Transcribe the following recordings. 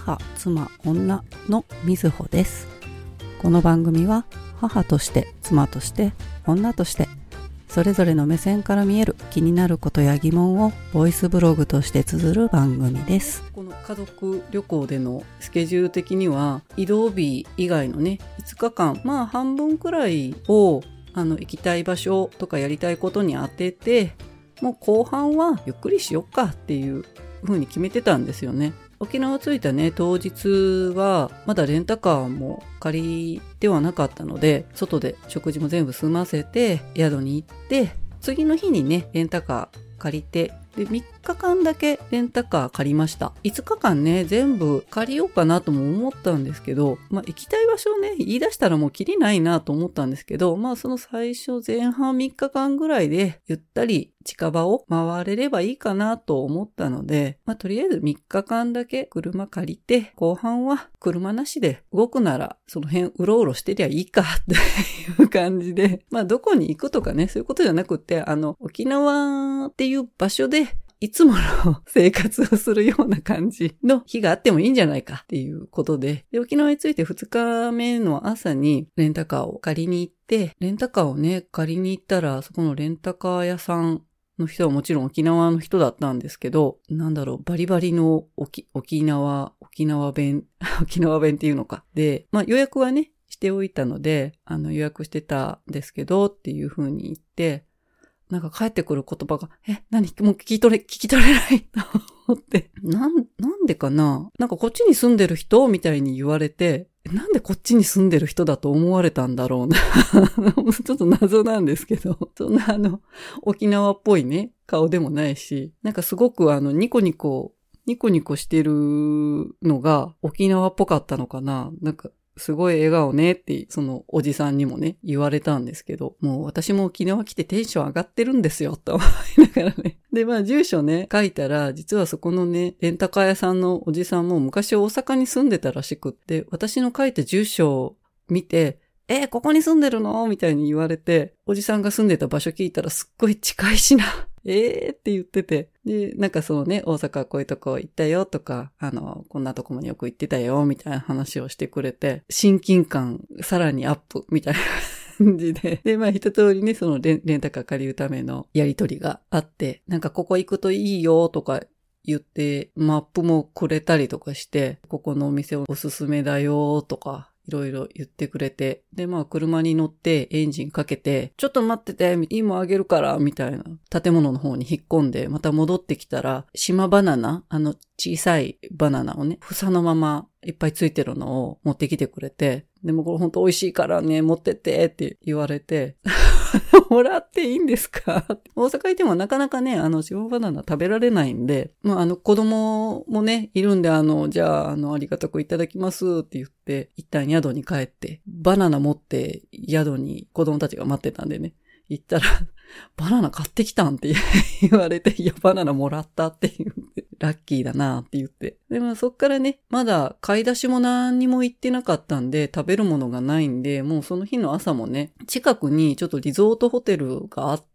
母、妻、女のみずほです。この番組は母として、妻として、女として、それぞれの目線から見える気になることや疑問をボイスブログとして綴る番組です。この家族旅行でのスケジュール的には移動日以外のね5日間、半分くらいを行きたい場所とかやりたいことに当てて、もう後半はゆっくりしよっかっていう風に決めてたんですよね。沖縄着いたね当日はまだレンタカーも借りてはなかったので、外で食事も全部済ませて宿に行って、次の日にねレンタカー借りて、で3日間だけレンタカー借りました。5日間ね全部借りようかなとも思ったんですけど、行きたい場所をね言い出したらもうキリないなと思ったんですけど、その最初前半3日間ぐらいでゆったり近場を回れればいいかなと思ったので、とりあえず3日間だけ車借りて、後半は車なしで動くならその辺うろうろしてりゃいいかっていう感じで、どこに行くとかねそういうことじゃなくて、沖縄っていう場所でいつもの生活をするような感じの日があってもいいんじゃないかっていうことで、沖縄に着いて2日目の朝にレンタカーを借りに行って、レンタカーをね借りに行ったら、そこのレンタカー屋さんの人はもちろん沖縄の人だったんですけど、バリバリの沖縄弁沖縄弁っていうのかで、予約はねしておいたので、予約してたんですけどっていう風に言って、帰ってくる言葉が、何もう聞き取れないと思って。なんでかな、こっちに住んでる人みたいに言われて、なんでこっちに住んでる人だと思われたんだろうな。ちょっと謎なんですけど、そんな沖縄っぽいね、顔でもないし、すごくニコニコしてるのが沖縄っぽかったのかな。すごい笑顔ねって、そのおじさんにもね、言われたんですけど、もう私も沖縄来てテンション上がってるんですよ、と思いながらね。で、住所ね、書いたら、実はそこのね、レンタカー屋さんのおじさんも昔大阪に住んでたらしくって、私の書いた住所を見て、ここに住んでるのみたいに言われて、おじさんが住んでた場所聞いたらすっごい近いしな。って言ってて。で、そうね、大阪こういうとこ行ったよとか、こんなとこもよく行ってたよ、みたいな話をしてくれて、親近感さらにアップ、みたいな感じで。で、一通りね、そのレンタカー借りるためのやりとりがあって、ここ行くといいよ、とか言って、マップもくれたりとかして、ここのお店おすすめだよ、とか、いろいろ言ってくれて。で、車に乗ってエンジンかけて、ちょっと待ってて、今あげるから、みたいな。建物の方に引っ込んで、また戻ってきたら、島バナナ、小さいバナナをね、房のままいっぱいついてるのを持ってきてくれて、でもこれほんと美味しいからね、持ってってって言われて、もらっていいんですか？大阪行ってもなかなかね、島バナナ食べられないんで、子供もね、いるんで、じゃあ、ありがたくいただきますって言って、一旦宿に帰って、バナナ持って宿に子供たちが待ってたんでね、行ったら、バナナ買ってきたんって言われて、いや、バナナもらったって言って、ラッキーだなって言って。で、そっからね、まだ買い出しも何にも行ってなかったんで、食べるものがないんで、もうその日の朝もね、近くにちょっとリゾートホテルがあって、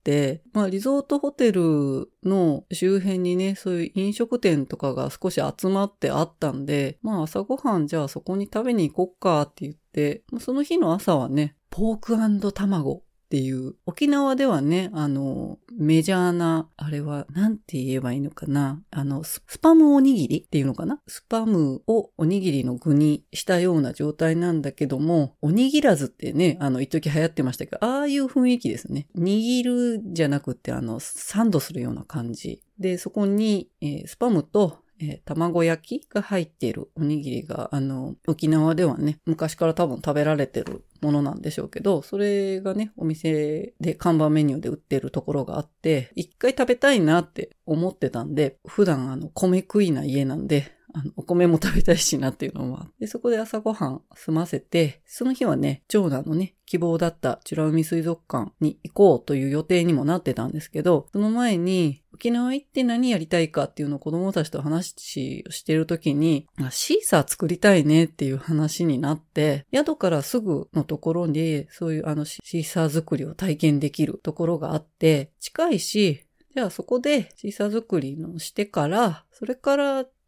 リゾートホテルの周辺にね、そういう飲食店とかが少し集まってあったんで、朝ごはんじゃあそこに食べに行こっかって言って、その日の朝はね、ポーク&卵っていう、沖縄ではね、メジャーな、あれは、なんて言えばいいのかな。スパムおにぎりっていうのかな。スパムをおにぎりの具にしたような状態なんだけども、おにぎらずってね、一時流行ってましたけど、ああいう雰囲気ですね。握るじゃなくて、サンドするような感じ。で、そこに、スパムと、卵焼きが入っているおにぎりが、沖縄ではね、昔から多分食べられてるものなんでしょうけど、それがね、お店で看板メニューで売ってるところがあって、一回食べたいなって思ってたんで、普段米食いな家なんで、お米も食べたいしなっていうのもあって、そこで朝ごはん済ませて、その日はね、長男のね、希望だった美ら海水族館に行こうという予定にもなってたんですけど、その前に沖縄行って何やりたいかっていうのを子供たちと話をしてるときに、シーサー作りたいねっていう話になって、宿からすぐのところにそういうシーサー作りを体験できるところがあって、近いし、じゃあそこでシーサー作りのしてから、それから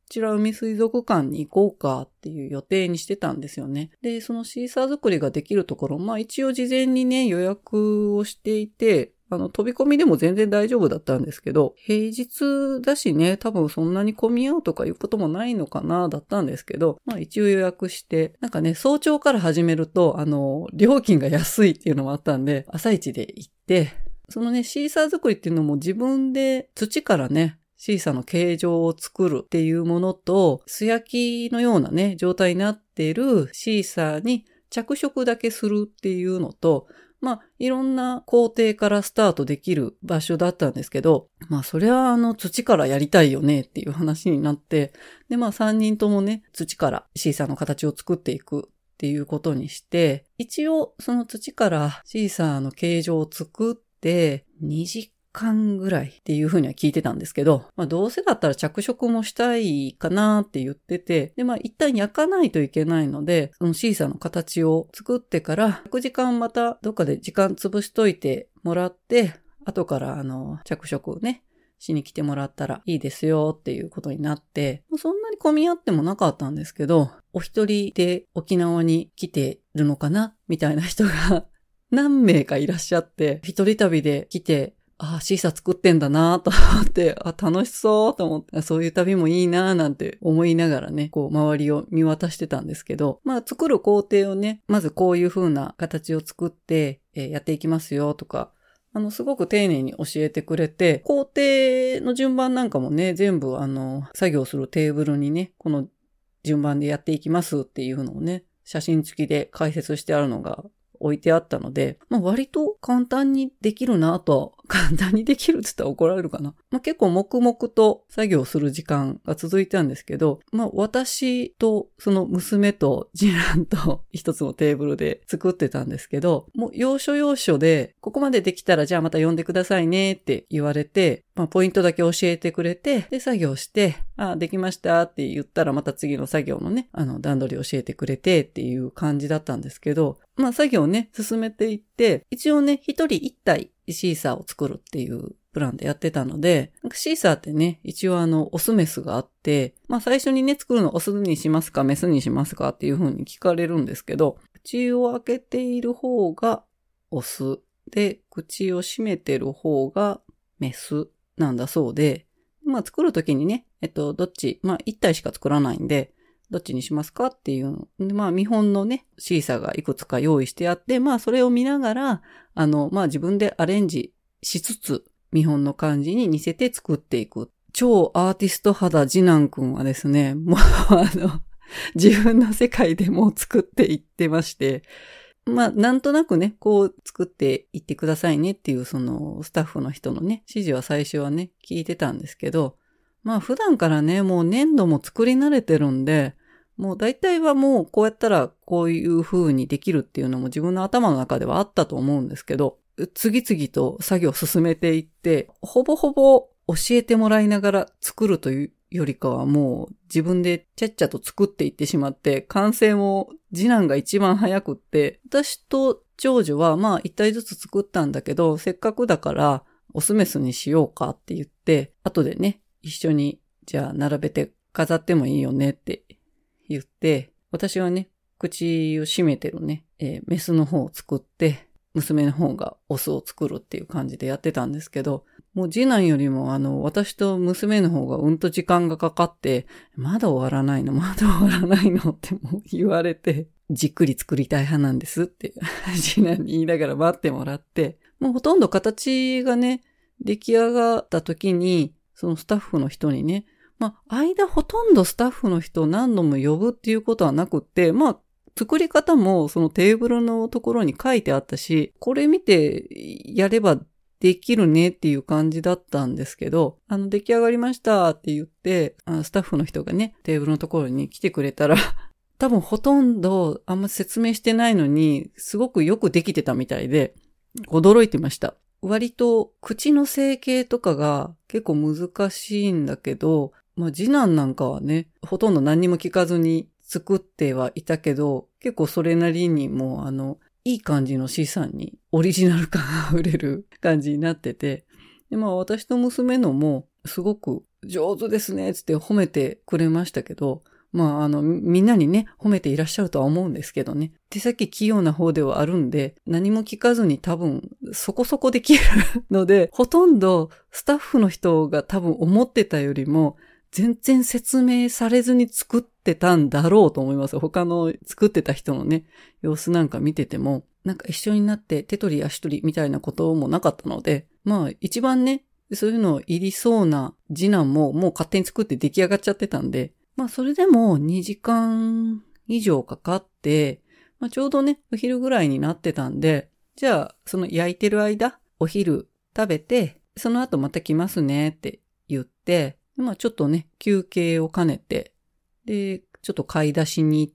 ちら海水族館に行こうかっていう予定にしてたんですよね。で、そのシーサー作りができるところ、一応事前にね、予約をしていて、飛び込みでも全然大丈夫だったんですけど、平日だしね、多分そんなに混み合うとかいうこともないのかな、だったんですけど、一応予約して、なんかね、早朝から始めると、料金が安いっていうのもあったんで、朝一で行って、そのね、シーサー作りっていうのも自分で土からね、シーサーの形状を作るっていうものと、素焼きのようなね、状態になっているシーサーに着色だけするっていうのと、いろんな工程からスタートできる場所だったんですけど、それは土からやりたいよねっていう話になって、で、3人ともね、土からシーサーの形を作っていくっていうことにして、一応その土からシーサーの形状を作って2時間ぐらいっていうふうには聞いてたんですけど、どうせだったら着色もしたいかなって言ってて、で、一旦焼かないといけないので、そのシーサーの形を作ってから1時間またどっかで時間潰しといてもらって、後から着色をね、しに来てもらったらいいですよっていうことになって、そんなに混み合ってもなかったんですけど、お一人で沖縄に来てるのかなみたいな人が何名かいらっしゃって、一人旅で来て、シーサー作ってんだなと思って、楽しそうと思って、そういう旅もいいななんて思いながらね、周りを見渡してたんですけど、作る工程をね、まずこういう風な形を作って、やっていきますよとか、すごく丁寧に教えてくれて、工程の順番なんかもね、全部作業するテーブルにね、この順番でやっていきますっていうのをね、写真付きで解説してあるのが置いてあったので、割と簡単にできるなと、簡単にできるって言ったら怒られるかな。結構黙々と作業する時間が続いたんですけど、私とその娘と次男と一つのテーブルで作ってたんですけど、もう要所要所で、ここまでできたらじゃあまた呼んでくださいねって言われて、ポイントだけ教えてくれて、で作業して、できましたって言ったらまた次の作業のね、段取り教えてくれてっていう感じだったんですけど、作業をね、進めていって、一応ね、一人一体シーサーを作るっていうプランでやってたので、シーサーってね、一応オスメスがあって、最初にね、作るのオスにしますか、メスにしますかっていう風に聞かれるんですけど、口を開けている方がオスで、口を閉めてる方がメスなんだそうで、作るときにね、どっち、一体しか作らないんで、どっちにしますかっていうの。で、見本のね、シーサーがいくつか用意してあって、それを見ながら、自分でアレンジしつつ、見本の感じに似せて作っていく。超アーティスト肌次男くんはですね、もう自分の世界でもう作っていってまして、なんとなくね、こう作っていってくださいねっていう、そのスタッフの人のね、指示は最初はね、聞いてたんですけど、普段からね、もう粘土も作り慣れてるんで、もう大体はもうこうやったらこういう風にできるっていうのも自分の頭の中ではあったと思うんですけど、次々と作業を進めていって、ほぼほぼ教えてもらいながら作るというよりかはもう自分でちゃっちゃと作っていってしまって、完成も次男が一番早くって、私と長女は一体ずつ作ったんだけど、せっかくだからオスメスにしようかって言って、後でね、一緒にじゃあ並べて飾ってもいいよねって言って、私はね、口を閉めてるね、メスの方を作って、娘の方がオスを作るっていう感じでやってたんですけど、もう次男よりも私と娘の方が時間がかかって、まだ終わらないのってもう言われて、じっくり作りたい派なんですって次男に言いながら待ってもらって、もうほとんど形がね、出来上がった時に、そのスタッフの人にね、間ほとんどスタッフの人を何度も呼ぶっていうことはなくって、作り方もそのテーブルのところに書いてあったし、これ見てやればできるねっていう感じだったんですけど、出来上がりましたって言って、スタッフの人がね、テーブルのところに来てくれたら、多分ほとんどあんま説明してないのに、すごくよくできてたみたいで、驚いてました。割と口の成形とかが結構難しいんだけど、次男なんかはね、ほとんど何にも聞かずに作ってはいたけど、結構それなりにもいい感じのシーサーにオリジナル感があふれる感じになってて、で私と娘のもすごく上手ですね、つって褒めてくれましたけど、みんなにね、褒めていらっしゃるとは思うんですけどね。手先器用な方ではあるんで、何も聞かずに多分、そこそこできるので、ほとんどスタッフの人が多分思ってたよりも、全然説明されずに作ってたんだろうと思います。他の作ってた人のね、様子なんか見てても、なんか一緒になって手取り足取りみたいなこともなかったので、一番ね、そういうのいりそうな次男ももう勝手に作って出来上がっちゃってたんで、それでも2時間以上かかって、ちょうどね、お昼ぐらいになってたんで、じゃあ、その焼いてる間、お昼食べて、その後また来ますねって言って、ちょっとね、休憩を兼ねて、で、ちょっと買い出しに行って、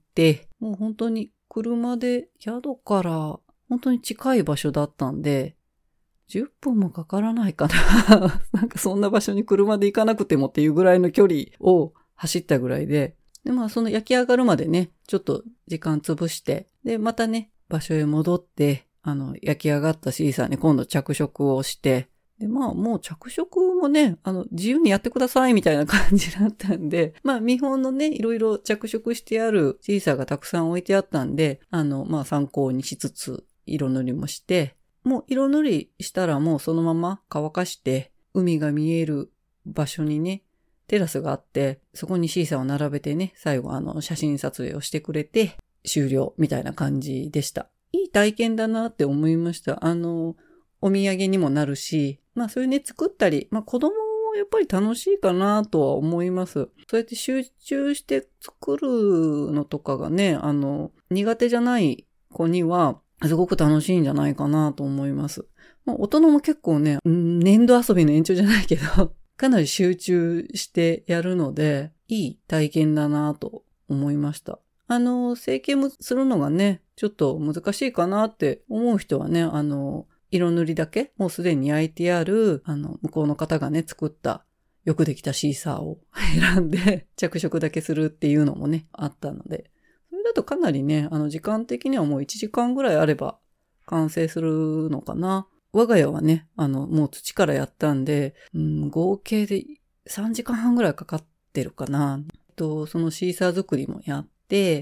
もう本当に車で宿から本当に近い場所だったんで、10分もかからないかな。なんかそんな場所に車で行かなくてもっていうぐらいの距離を走ったぐらいで、で、その焼き上がるまでね、ちょっと時間潰して、で、またね、場所へ戻って、焼き上がったシーサーに今度着色をして、で、もう着色もね、自由にやってくださいみたいな感じだったんで、見本のね、いろいろ着色してあるシーサーがたくさん置いてあったんで、参考にしつつ、色塗りもして、もう色塗りしたらもうそのまま乾かして、海が見える場所にね、テラスがあって、そこにシーサーを並べてね、最後写真撮影をしてくれて、終了みたいな感じでした。いい体験だなって思いました。お土産にもなるし、そういうね、作ったり、子供もやっぱり楽しいかなとは思います。そうやって集中して作るのとかがね、苦手じゃない子には、すごく楽しいんじゃないかなと思います。大人も結構ね、粘土遊びの延長じゃないけど、かなり集中してやるので、いい体験だなと思いました。成形もするのがね、ちょっと難しいかなって思う人はね、色塗りだけ、もうすでに焼いてある、向こうの方がね、作ったよくできたシーサーを選んで着色だけするっていうのもね、あったので、それだとかなりね、時間的にはもう1時間ぐらいあれば完成するのかな。我が家はね、もう土からやったんで、合計で3時間半ぐらいかかってるかな。そのシーサー作りもやって、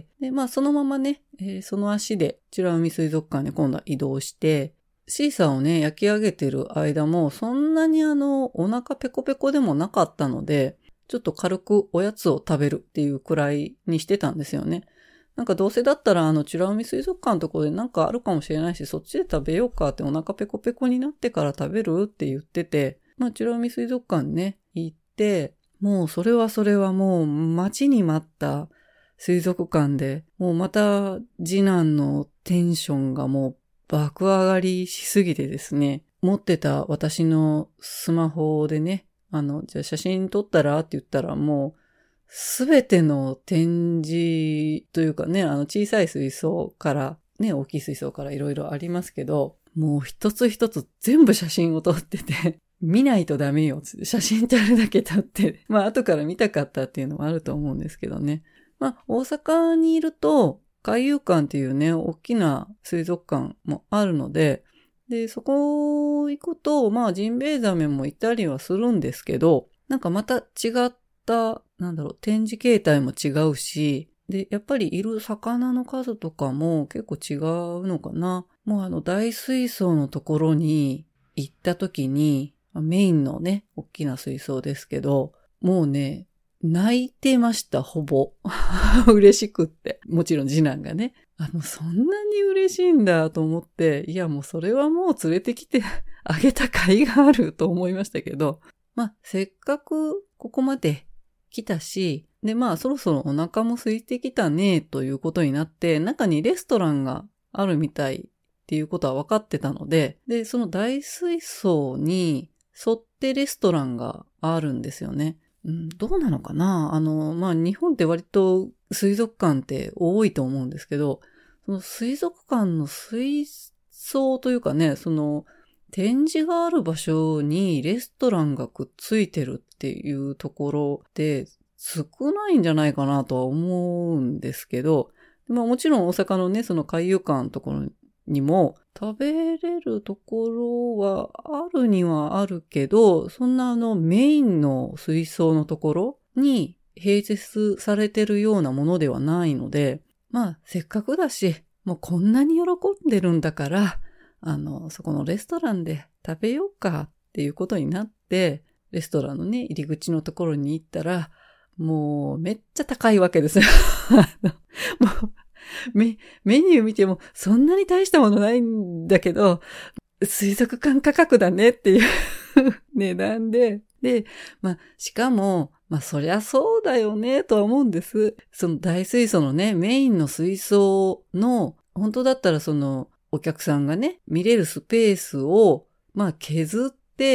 で、そのままね、その足で美ら海水族館に今度は移動して、シーサーをね、焼き上げてる間も、そんなにお腹ペコペコでもなかったので、ちょっと軽くおやつを食べるっていうくらいにしてたんですよね。なんかどうせだったら美ら海水族館のところでなんかあるかもしれないし、そっちで食べようかってお腹ペコペコになってから食べるって言ってて、美ら海水族館ね、行って、もうそれはもう待ちに待った水族館で、もうまた次男のテンションがもう爆上がりしすぎてですね、持ってた私のスマホでね、じゃあ写真撮ったらって言ったらもう、すべての展示というかね、小さい水槽からね、大きい水槽からいろいろありますけど、もう一つ一つ全部写真を撮ってて、見ないとダメよ。写真ってあれだけ撮って、後から見たかったっていうのもあると思うんですけどね。大阪にいると、海遊館っていうね、大きな水族館もあるので、で、そこ行くと、ジンベエザメもいたりはするんですけど、なんかまた違った展示形態も違うし、で、やっぱりいる魚の数とかも結構違うのかな。もう大水槽のところに行った時に、メインのね、大きな水槽ですけど、もうね、泣いてました、ほぼ。嬉しくって。もちろん次男がね。そんなに嬉しいんだと思って、いやもうそれはもう連れてきてあげた甲斐があると思いましたけど、せっかくここまで来たし、でそろそろお腹も空いてきたねということになって、中にレストランがあるみたいっていうことは分かってたので、で、その大水槽に沿ってレストランがあるんですよね。どうなのかな？日本って割と水族館って多いと思うんですけど、その水族館の水槽というかね、その展示がある場所にレストランがくっついてるっていうところで少ないんじゃないかなとは思うんですけど、もちろん大阪のね、その海遊館のところにも食べれるところはあるにはあるけど、そんなメインの水槽のところに併設されてるようなものではないので、まあせっかくだし、もうこんなに喜んでるんだから、そこのレストランで食べようかっていうことになって、レストランのね、入り口のところに行ったら、もうめっちゃ高いわけですよ。もうメニュー見てもそんなに大したものないんだけど、水族館価格だねっていう値段で、まあ、しかも、まあ、そりゃそうだよね、とは思うんです。その大水槽のね、メインの水槽の、本当だったらお客さんがね、見れるスペースを、まあ、削って、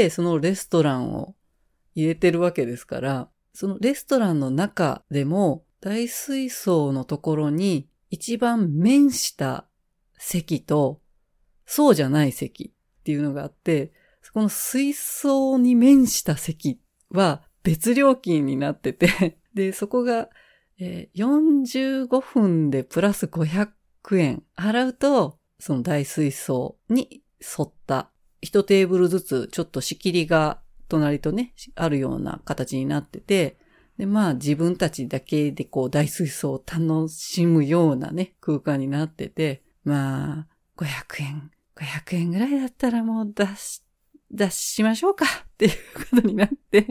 そのレストランを入れてるわけですから、そのレストランの中でも、大水槽のところに、一番面した席と、そうじゃない席っていうのがあって、そこの水槽に面した席は別料金になってて、で、そこが、45分でプラス500円払うと、その大水槽に沿った一テーブルずつちょっと仕切りが隣とね、あるような形になってて、で、まあ自分たちだけで大水槽を楽しむようなね、空間になってて、まあ、500円ぐらいだったらもう出しましょうかっていうことになって、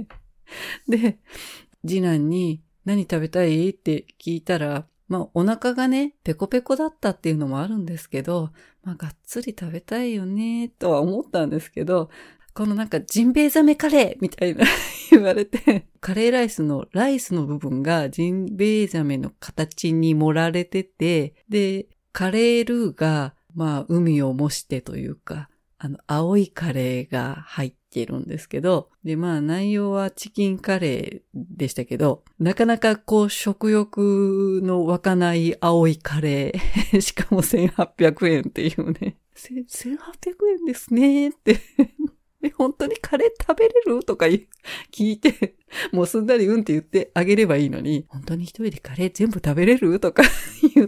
で、次男に何食べたいって聞いたら、まあお腹がね、ペコペコだったっていうのもあるんですけど、まあがっつり食べたいよねとは思ったんですけど、このなんかジンベエザメカレーみたいな言われて、カレーライスの部分がジンベエザメの形に盛られてて、で、カレールーがまあ海を模してというか、青いカレーが入ってるんですけど、でまあ内容はチキンカレーでしたけど、なかなか食欲の湧かない青いカレー、しかも1800円っていうね、1800円ですねって本当にカレー食べれるとか聞いて、もうすんなりうんって言ってあげればいいのに、本当に一人でカレー全部食べれるとか言って、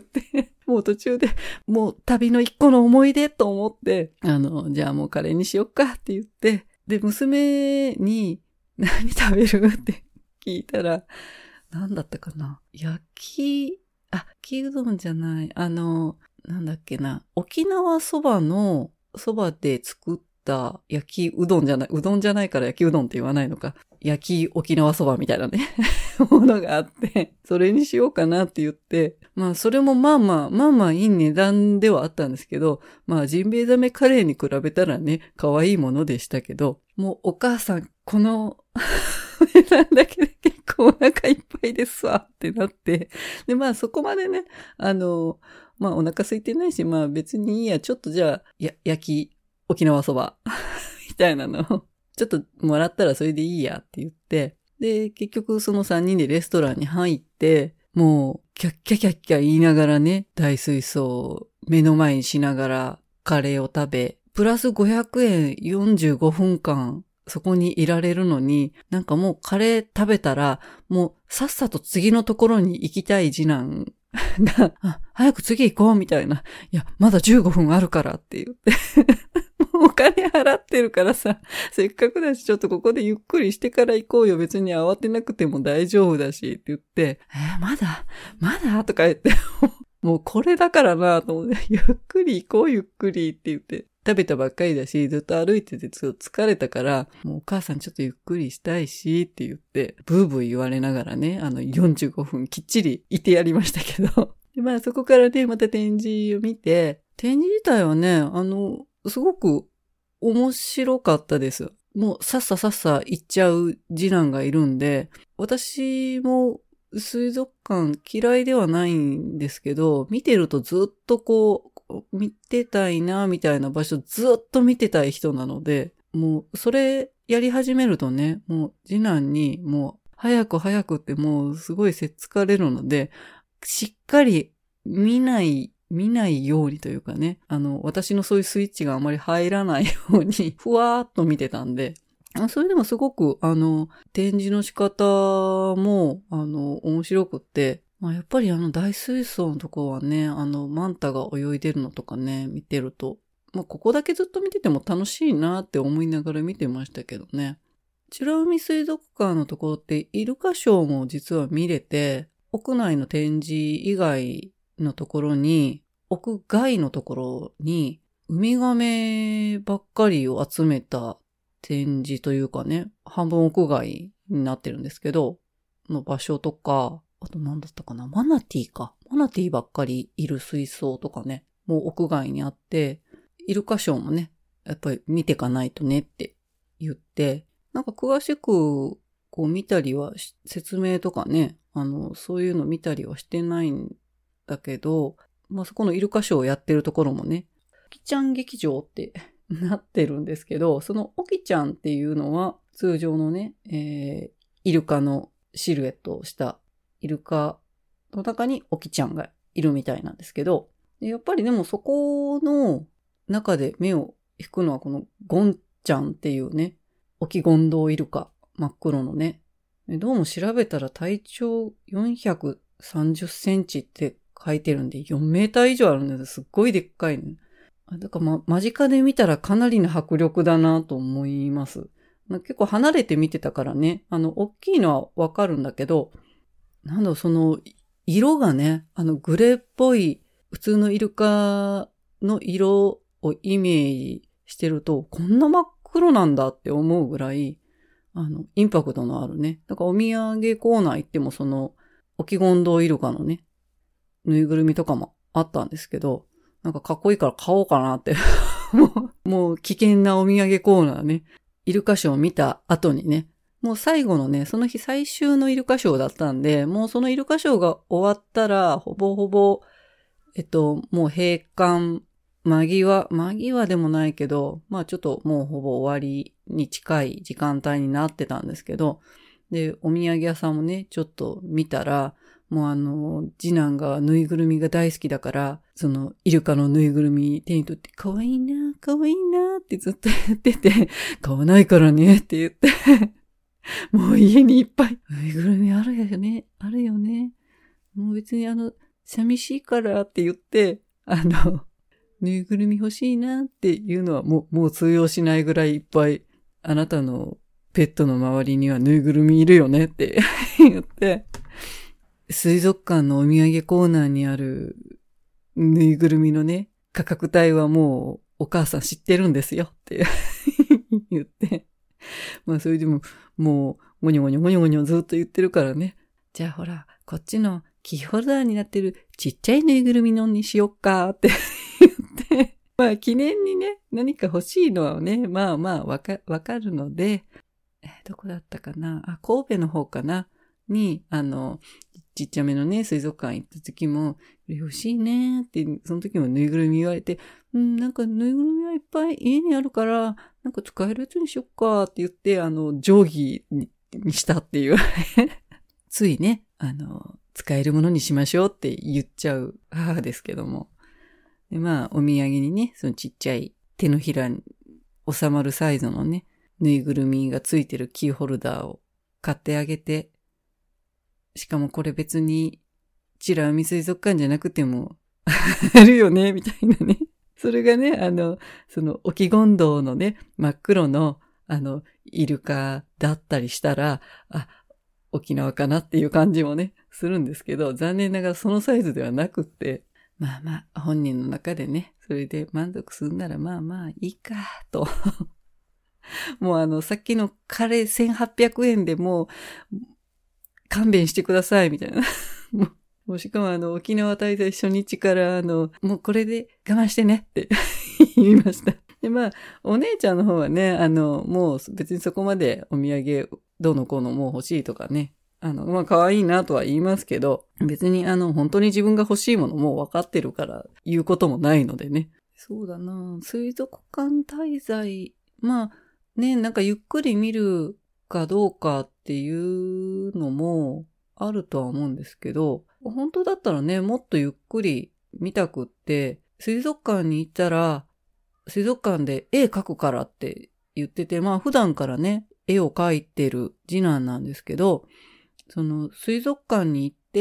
もう途中で、もう旅の一個の思い出と思って、じゃあもうカレーにしよっかって言って、で、娘に何食べるって聞いたら、なんだったかな、焼きうどんじゃない、なんだっけな、沖縄そばで作った焼きうどんじゃないから焼きうどんって言わないのか。焼き沖縄そばみたいなね、ものがあって、それにしようかなって言って、まあそれもまあまあいい値段ではあったんですけど、まあジンベエザメカレーに比べたらね、可愛いものでしたけど、もうお母さん、この値段だけで結構お腹いっぱいですわってなって、でまあそこまでね、まあお腹空いてないし、まあ別にいいや、ちょっとじゃあ、焼き沖縄そばみたいなのをちょっともらったらそれでいいやって言って、で、結局その3人でレストランに入って、もうキャッキャキャッキャ言いながらね、大水槽を目の前にしながらカレーを食べ、プラス500円45分間そこにいられるのに、なんかもうカレー食べたら、もうさっさと次のところに行きたい次男が、早く次行こうみたいな。いや、まだ15分あるからって言って。お金払ってるからさ、せっかくだしちょっとここでゆっくりしてから行こうよ。別に慌てなくても大丈夫だしって言って、まだとか言って、もうこれだからなと思って、ゆっくり行こうゆっくりって言って。食べたばっかりだし、ずっと歩いててちょっと疲れたから、もうお母さんちょっとゆっくりしたいしって言って、ブーブー言われながらね、45分きっちりいてやりましたけど。でまあそこからね、また展示を見て、展示自体はね、すごく面白かったです。もうさっさ行っちゃう次男がいるんで、私も水族館嫌いではないんですけど、見てるとずっと見てたいなみたいな場所ずっと見てたい人なので、もうそれやり始めるとね、もう次男にもう早くってもうすごいせっつかれるので、しっかり見ないようにというかね、私のそういうスイッチがあまり入らないようにふわーっと見てたんで、それでもすごく展示の仕方も面白くって、 まあやっぱり大水槽のとこはね、マンタが泳いでるのとかね、見てると、まあここだけずっと見てても楽しいなって思いながら見てましたけどね。美ら海水族館のところってイルカショーも実は見れて、屋内の展示以外のところに、屋外のところに、ウミガメばっかりを集めた展示というかね、半分屋外になってるんですけど、の場所とか、あと何だったかな、マナティーばっかりいる水槽とかね、もう屋外にあって、イルカショーもね、やっぱり見てかないとねって言って、なんか詳しくこう見たりは説明とかね、そういうの見たりはしてないんだけど、まあそこのイルカショーをやってるところもね、オキちゃん劇場ってなってるんですけど、そのオキちゃんっていうのは通常のね、イルカのシルエットをしたイルカの中にオキちゃんがいるみたいなんですけど、やっぱりでもそこの中で目を引くのはこのゴンちゃんっていうね、オキゴンドウイルカ、真っ黒のね、どうも調べたら体長430センチって書いてるんで4メーター以上あるんです。すっごいでっかいね。だから間近で見たらかなりの迫力だなと思います。結構離れて見てたからね、大きいのはわかるんだけど、なんだろう、その色がね、グレーっぽい普通のイルカの色をイメージしてると、こんな真っ黒なんだって思うぐらい、インパクトのあるね。だからお土産コーナー行ってもその、オキゴンドウイルカのね、ぬいぐるみとかもあったんですけど、なんかかっこいいから買おうかなってもう危険なお土産コーナーね。イルカショーを見た後にね、もう最後のね、その日最終のイルカショーだったんで、もうそのイルカショーが終わったら、ほぼほぼ、もう閉館間際でもないけど、まあちょっともうほぼ終わりに近い時間帯になってたんですけど、で、お土産屋さんもね、ちょっと見たら、もう次男がぬいぐるみが大好きだから、そのイルカのぬいぐるみ手に取って、かわいいなってずっと言ってて、買わないからねって言って、もう家にいっぱいぬいぐるみあるよね。もう別に寂しいからって言って、ぬいぐるみ欲しいなっていうのはもう通用しないぐらいいっぱい、あなたのペットの周りにはぬいぐるみいるよねって言って、水族館のお土産コーナーにあるぬいぐるみのね、価格帯はもうお母さん知ってるんですよって言って、まあそれでももうゴニョゴニョずっと言ってるからね。じゃあほら、こっちのキーホルダーになってるちっちゃいぬいぐるみのにしよっかって言って、まあ記念にね、何か欲しいのはね、まあわかるので、どこだったかな、神戸の方かなに、ちっちゃめのね、水族館行った時も、欲しいねって、その時もぬいぐるみ言われて、なんかぬいぐるみはいっぱい家にあるから、なんか使えるやつにしよっかって言って、定規にしたっていう。ついね、使えるものにしましょうって言っちゃう母ですけども。で、まあ、お土産にね、そのちっちゃい手のひらに収まるサイズのね、ぬいぐるみがついてるキーホルダーを買ってあげて、しかもこれ別に、美ら海水族館じゃなくても、あるよね、みたいなね。それがね、その、オキゴンドウのね、真っ黒の、イルカだったりしたら、沖縄かなっていう感じもね、するんですけど、残念ながらそのサイズではなくって、まあ、本人の中でね、それで満足するならまあ、いいか、と。もうさっきのカレー1800円でもう、勘弁してください、みたいな。もうしかも沖縄滞在初日からもうこれで我慢してねって言いました。で、まあ、お姉ちゃんの方はね、もう別にそこまでお土産どうのこうのもう欲しいとかね。まあ、可愛いなとは言いますけど、別に本当に自分が欲しいものもう分かってるから言うこともないのでね。そうだな、水族館滞在、まあ、ね、なんかゆっくり見るかどうかっていうのもあるとは思うんですけど、本当だったらね、もっとゆっくり見たくって、水族館に行ったら、水族館で絵描くからって言ってて、まあ普段からね、絵を描いてる次男なんですけど、その水族館に行って、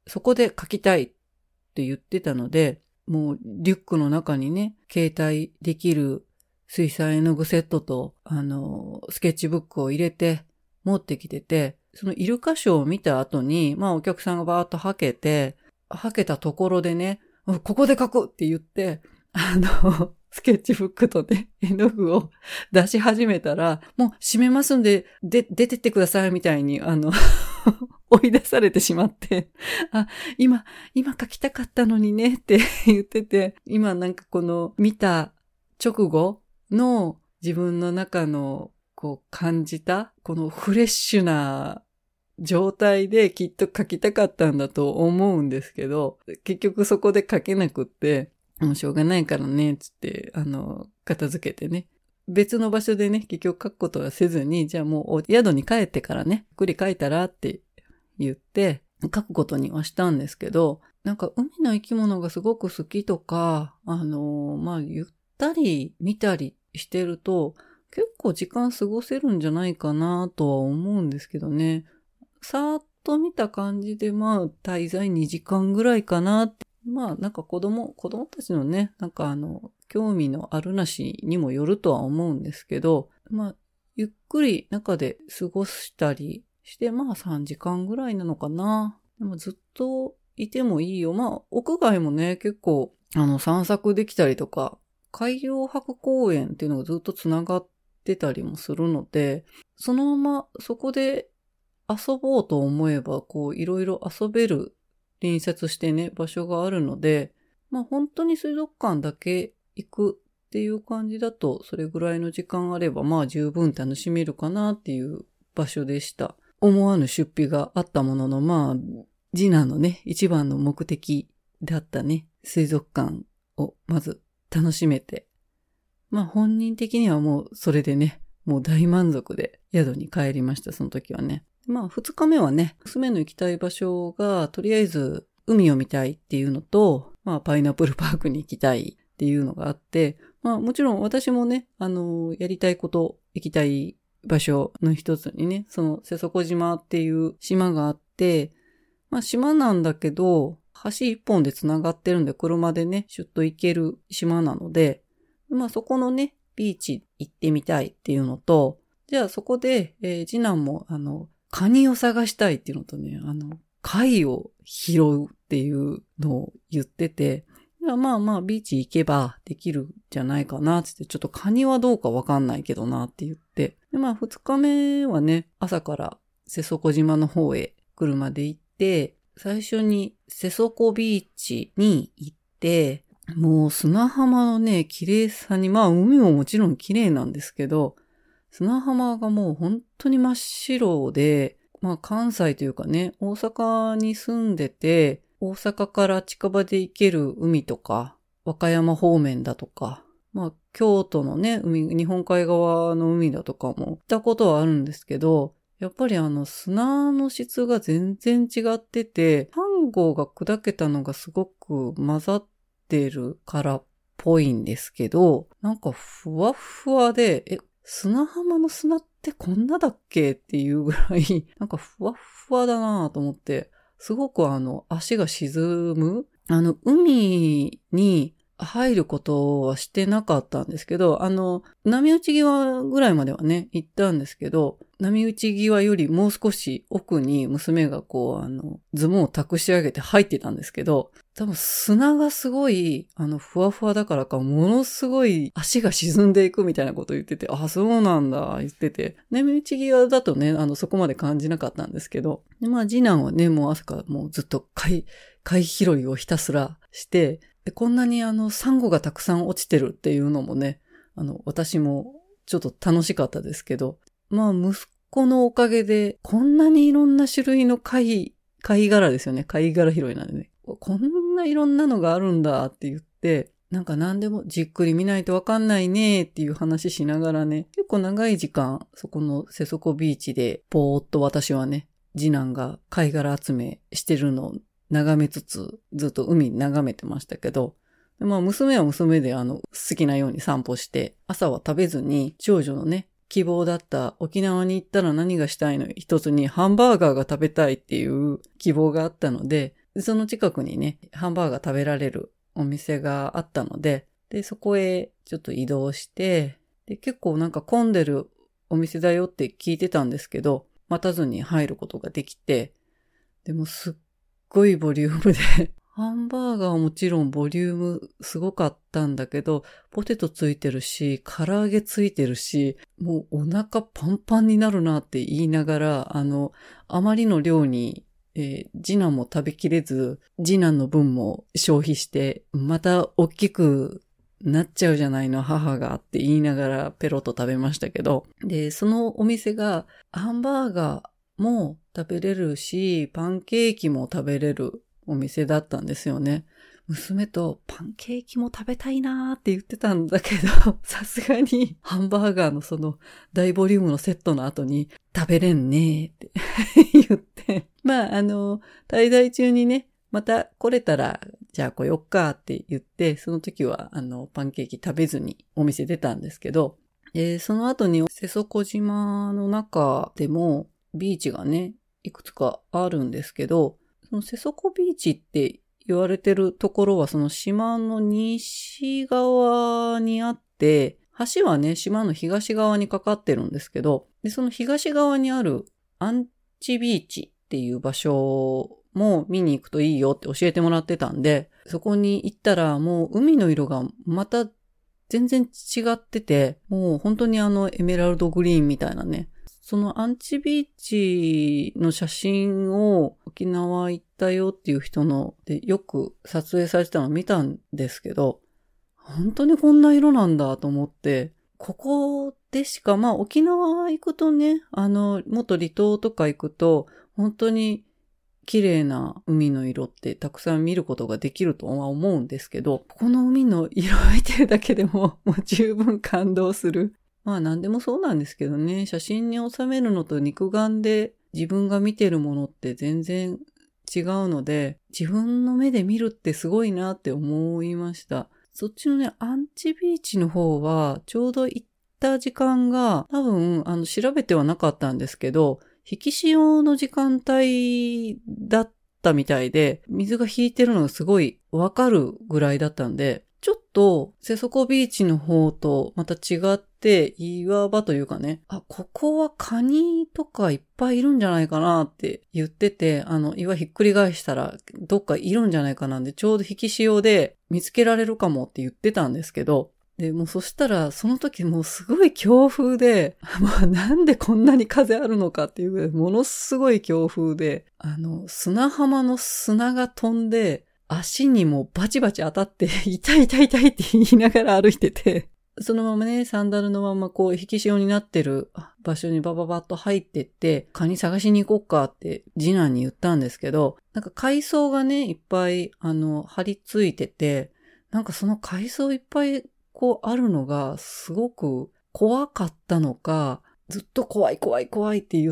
そこで書きたいって言ってたので、もうリュックの中にね、携帯できる水彩絵の具セットと、スケッチブックを入れて持ってきてて、そのイルカショーを見た後に、まあお客さんがバーッとはけたところでね、ここで書くって言って、スケッチブックとね、絵の具を出し始めたら、もう閉めますんで、出てってくださいみたいに、追い出されてしまって、今書きたかったのにねって言ってて、今なんかこの見た直後の自分の中のこう感じた、このフレッシュな状態できっと書きたかったんだと思うんですけど、結局そこで書けなくって、もうしょうがないからね、つって、片付けてね。別の場所でね、結局書くことはせずに、じゃあもう宿に帰ってからね、ゆっくり書いたらって言って、書くことにはしたんですけど、なんか海の生き物がすごく好きとか、ゆったり見たりしてると、結構時間過ごせるんじゃないかなとは思うんですけどね。さーっと見た感じで、滞在2時間ぐらいかなって。なんか子供たちのね、なんか興味のあるなしにもよるとは思うんですけど、ゆっくり中で過ごしたりして、3時間ぐらいなのかな。でもずっといてもいいよ。屋外もね、結構、散策できたりとか、海洋博公園っていうのがずっとつながってたりもするので、そのままそこで遊ぼうと思えば、こう、いろいろ遊べる隣接してね、場所があるので、本当に水族館だけ行くっていう感じだと、それぐらいの時間あれば、十分楽しめるかなっていう場所でした。思わぬ出費があったものの、次男のね、一番の目的だったね、水族館をまず楽しめて、本人的にはもうそれでね、もう大満足で宿に帰りました、その時はね。2日目はね、娘の行きたい場所が、とりあえず海を見たいっていうのと、パイナップルパークに行きたいっていうのがあって、もちろん私もね、やりたいこと、行きたい場所の一つにね、その瀬底島っていう島があって、島なんだけど、橋一本で繋がってるんで、車でね、シュッと行ける島なので、そこのね、ビーチ行ってみたいっていうのと、じゃあそこで、次男も、カニを探したいっていうのとね、貝を拾うっていうのを言ってて、ビーチ行けばできるんじゃないかなってって、ちょっとカニはどうかわかんないけどなって言って、で、2日目はね、朝から瀬底島の方へ車で行って、最初に瀬底ビーチに行って、もう砂浜のね、綺麗さに、海ももちろん綺麗なんですけど、砂浜がもう本当に真っ白で、関西というかね、大阪に住んでて、大阪から近場で行ける海とか、和歌山方面だとか、京都のね、日本海側の海だとかも行ったことはあるんですけど、やっぱり砂の質が全然違ってて、サンゴが砕けたのがすごく混ざってるからっぽいんですけど、なんかふわふわで、砂浜の砂ってこんなだっけっていうぐらい、なんかふわふわだなと思って、すごく足が沈む海に入ることはしてなかったんですけど、波打ち際ぐらいまではね、行ったんですけど、波打ち際よりもう少し奥に娘がこう、ズボンを託し上げて入ってたんですけど、多分砂がすごい、ふわふわだからか、ものすごい足が沈んでいくみたいなことを言ってて、そうなんだ、言ってて。波打ち際だとね、そこまで感じなかったんですけど、で次男はね、もう朝からもうずっと貝拾いをひたすらして、でこんなにサンゴがたくさん落ちてるっていうのもね、私もちょっと楽しかったですけど、息子のおかげで、こんなにいろんな種類の貝殻ですよね。貝殻拾いなんでね。こんないろんなのがあるんだって言って、なんか何でもじっくり見ないとわかんないねっていう話しながらね、結構長い時間、そこの瀬底ビーチで、ぽーっと私はね、次男が貝殻集めしてるのを眺めつつ、ずっと海眺めてましたけど、娘は娘で好きなように散歩して、朝は食べずに、長女のね、希望だった沖縄に行ったら何がしたいの一つにハンバーガーが食べたいっていう希望があったので、 その近くにね、ハンバーガー食べられるお店があったので、で、そこへちょっと移動して、で、結構なんか混んでるお店だよって聞いてたんですけど、待たずに入ることができて、でもすっごいボリュームで、ハンバーガーはもちろんボリュームすごかったんだけど、ポテトついてるし、唐揚げついてるし、もうお腹パンパンになるなって言いながら、あまりの量に、次男も食べきれず、次男の分も消費して、また大きくなっちゃうじゃないの、母がって言いながらペロッと食べましたけど。で、そのお店がハンバーガーも食べれるし、パンケーキも食べれるお店だったんですよね。娘とパンケーキも食べたいなーって言ってたんだけど、さすがにハンバーガーのその大ボリュームのセットの後に食べれんねーって言って、まあ滞在中にね、また来れたらじゃあ来よっかって言って、その時はパンケーキ食べずにお店出たんですけど、その後に瀬底島の中でもビーチがね、いくつかあるんですけど、その瀬底ビーチって言われてるところはその島の西側にあって、橋はね、島の東側にかかってるんですけど、で、その東側にあるアンチビーチっていう場所も見に行くといいよって教えてもらってたんで、そこに行ったらもう海の色がまた全然違ってて、もう本当にエメラルドグリーンみたいなね、そのアンチビーチの写真を沖縄行ったよっていう人のでよく撮影されてたのを見たんですけど、本当にこんな色なんだと思って、ここでしか、まあ沖縄行くとね、もっと離島とか行くと、本当に綺麗な海の色ってたくさん見ることができるとは思うんですけど、この海の色を見てるだけでももう十分感動する。まあ何でもそうなんですけどね、写真に収めるのと肉眼で自分が見てるものって全然違うので、自分の目で見るってすごいなって思いました。そっちのね、アンチビーチの方はちょうど行った時間が多分調べてはなかったんですけど、引き潮の時間帯だったみたいで、水が引いてるのがすごいわかるぐらいだったんで、ちょっと瀬底ビーチの方とまた違って岩場というかね、ここはカニとかいっぱいいるんじゃないかなって言ってて、岩ひっくり返したらどっかいるんじゃないかなんで、ちょうど引き潮で見つけられるかもって言ってたんですけど、で、もうそしたら、その時もうすごい強風で、もうなんでこんなに風あるのかっていうぐらい、ものすごい強風で、砂浜の砂が飛んで、足にもバチバチ当たって、痛い痛い痛いって言いながら歩いてて、そのままね、サンダルのままこう、引き潮になってる場所にバババッと入ってって、カニ探しに行こうかって次男に言ったんですけど、なんか海藻がね、いっぱい、張り付いてて、なんかその海藻いっぱいこうあるのがすごく怖かったのか、ずっと怖い怖い怖いって言って、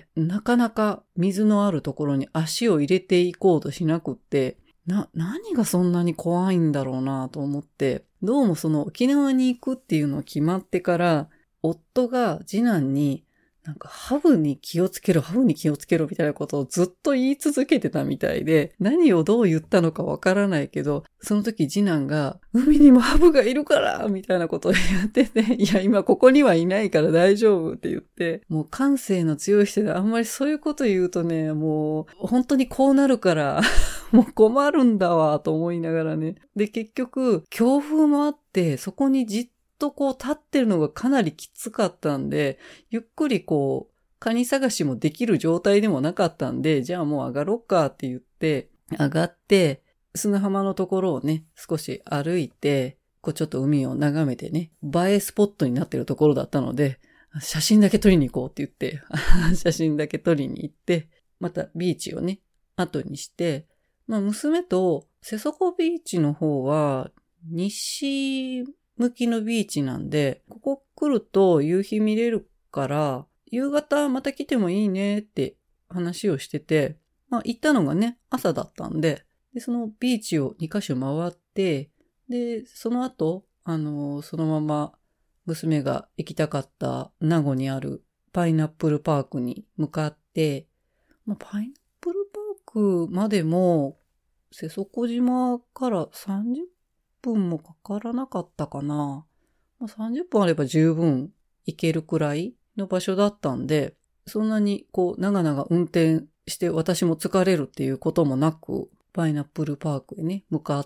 なかなか水のあるところに足を入れていこうとしなくって、何がそんなに怖いんだろうなと思って、どうもその沖縄に行くっていうのが決まってから、夫が次男になんかハブに気をつけろみたいなことをずっと言い続けてたみたいで、何をどう言ったのかわからないけど、その時次男が海にもハブがいるからみたいなことを言ってて、いや今ここにはいないから大丈夫って言って、もう感性の強い人であんまりそういうこと言うとね、もう本当にこうなるからもう困るんだわと思いながらね。で結局強風もあってそこにじっとこう立ってるのがかなりきつかったんで、ゆっくりこうカニ探しもできる状態でもなかったんで、じゃあもう上がろうかって言って上がって砂浜のところをね少し歩いて、こうちょっと海を眺めてね、映えスポットになってるところだったので、写真だけ撮りに行こうって言って写真だけ撮りに行って、またビーチをね後にして、まあ娘と瀬底ビーチの方は西向きのビーチなんで、ここ来ると夕日見れるから、夕方また来てもいいねって話をしてて、まあ行ったのがね、朝だったんで、そのビーチを2カ所回って、で、その後、そのまま娘が行きたかった名護にあるパイナップルパークに向かって、まあ、パイナップルパークまでも瀬底島から30分もかからなかったかな。30分あれば十分行けるくらいの場所だったんで、そんなに長々運転して私も疲れるっていうこともなく、パイナップルパークへね、向かって、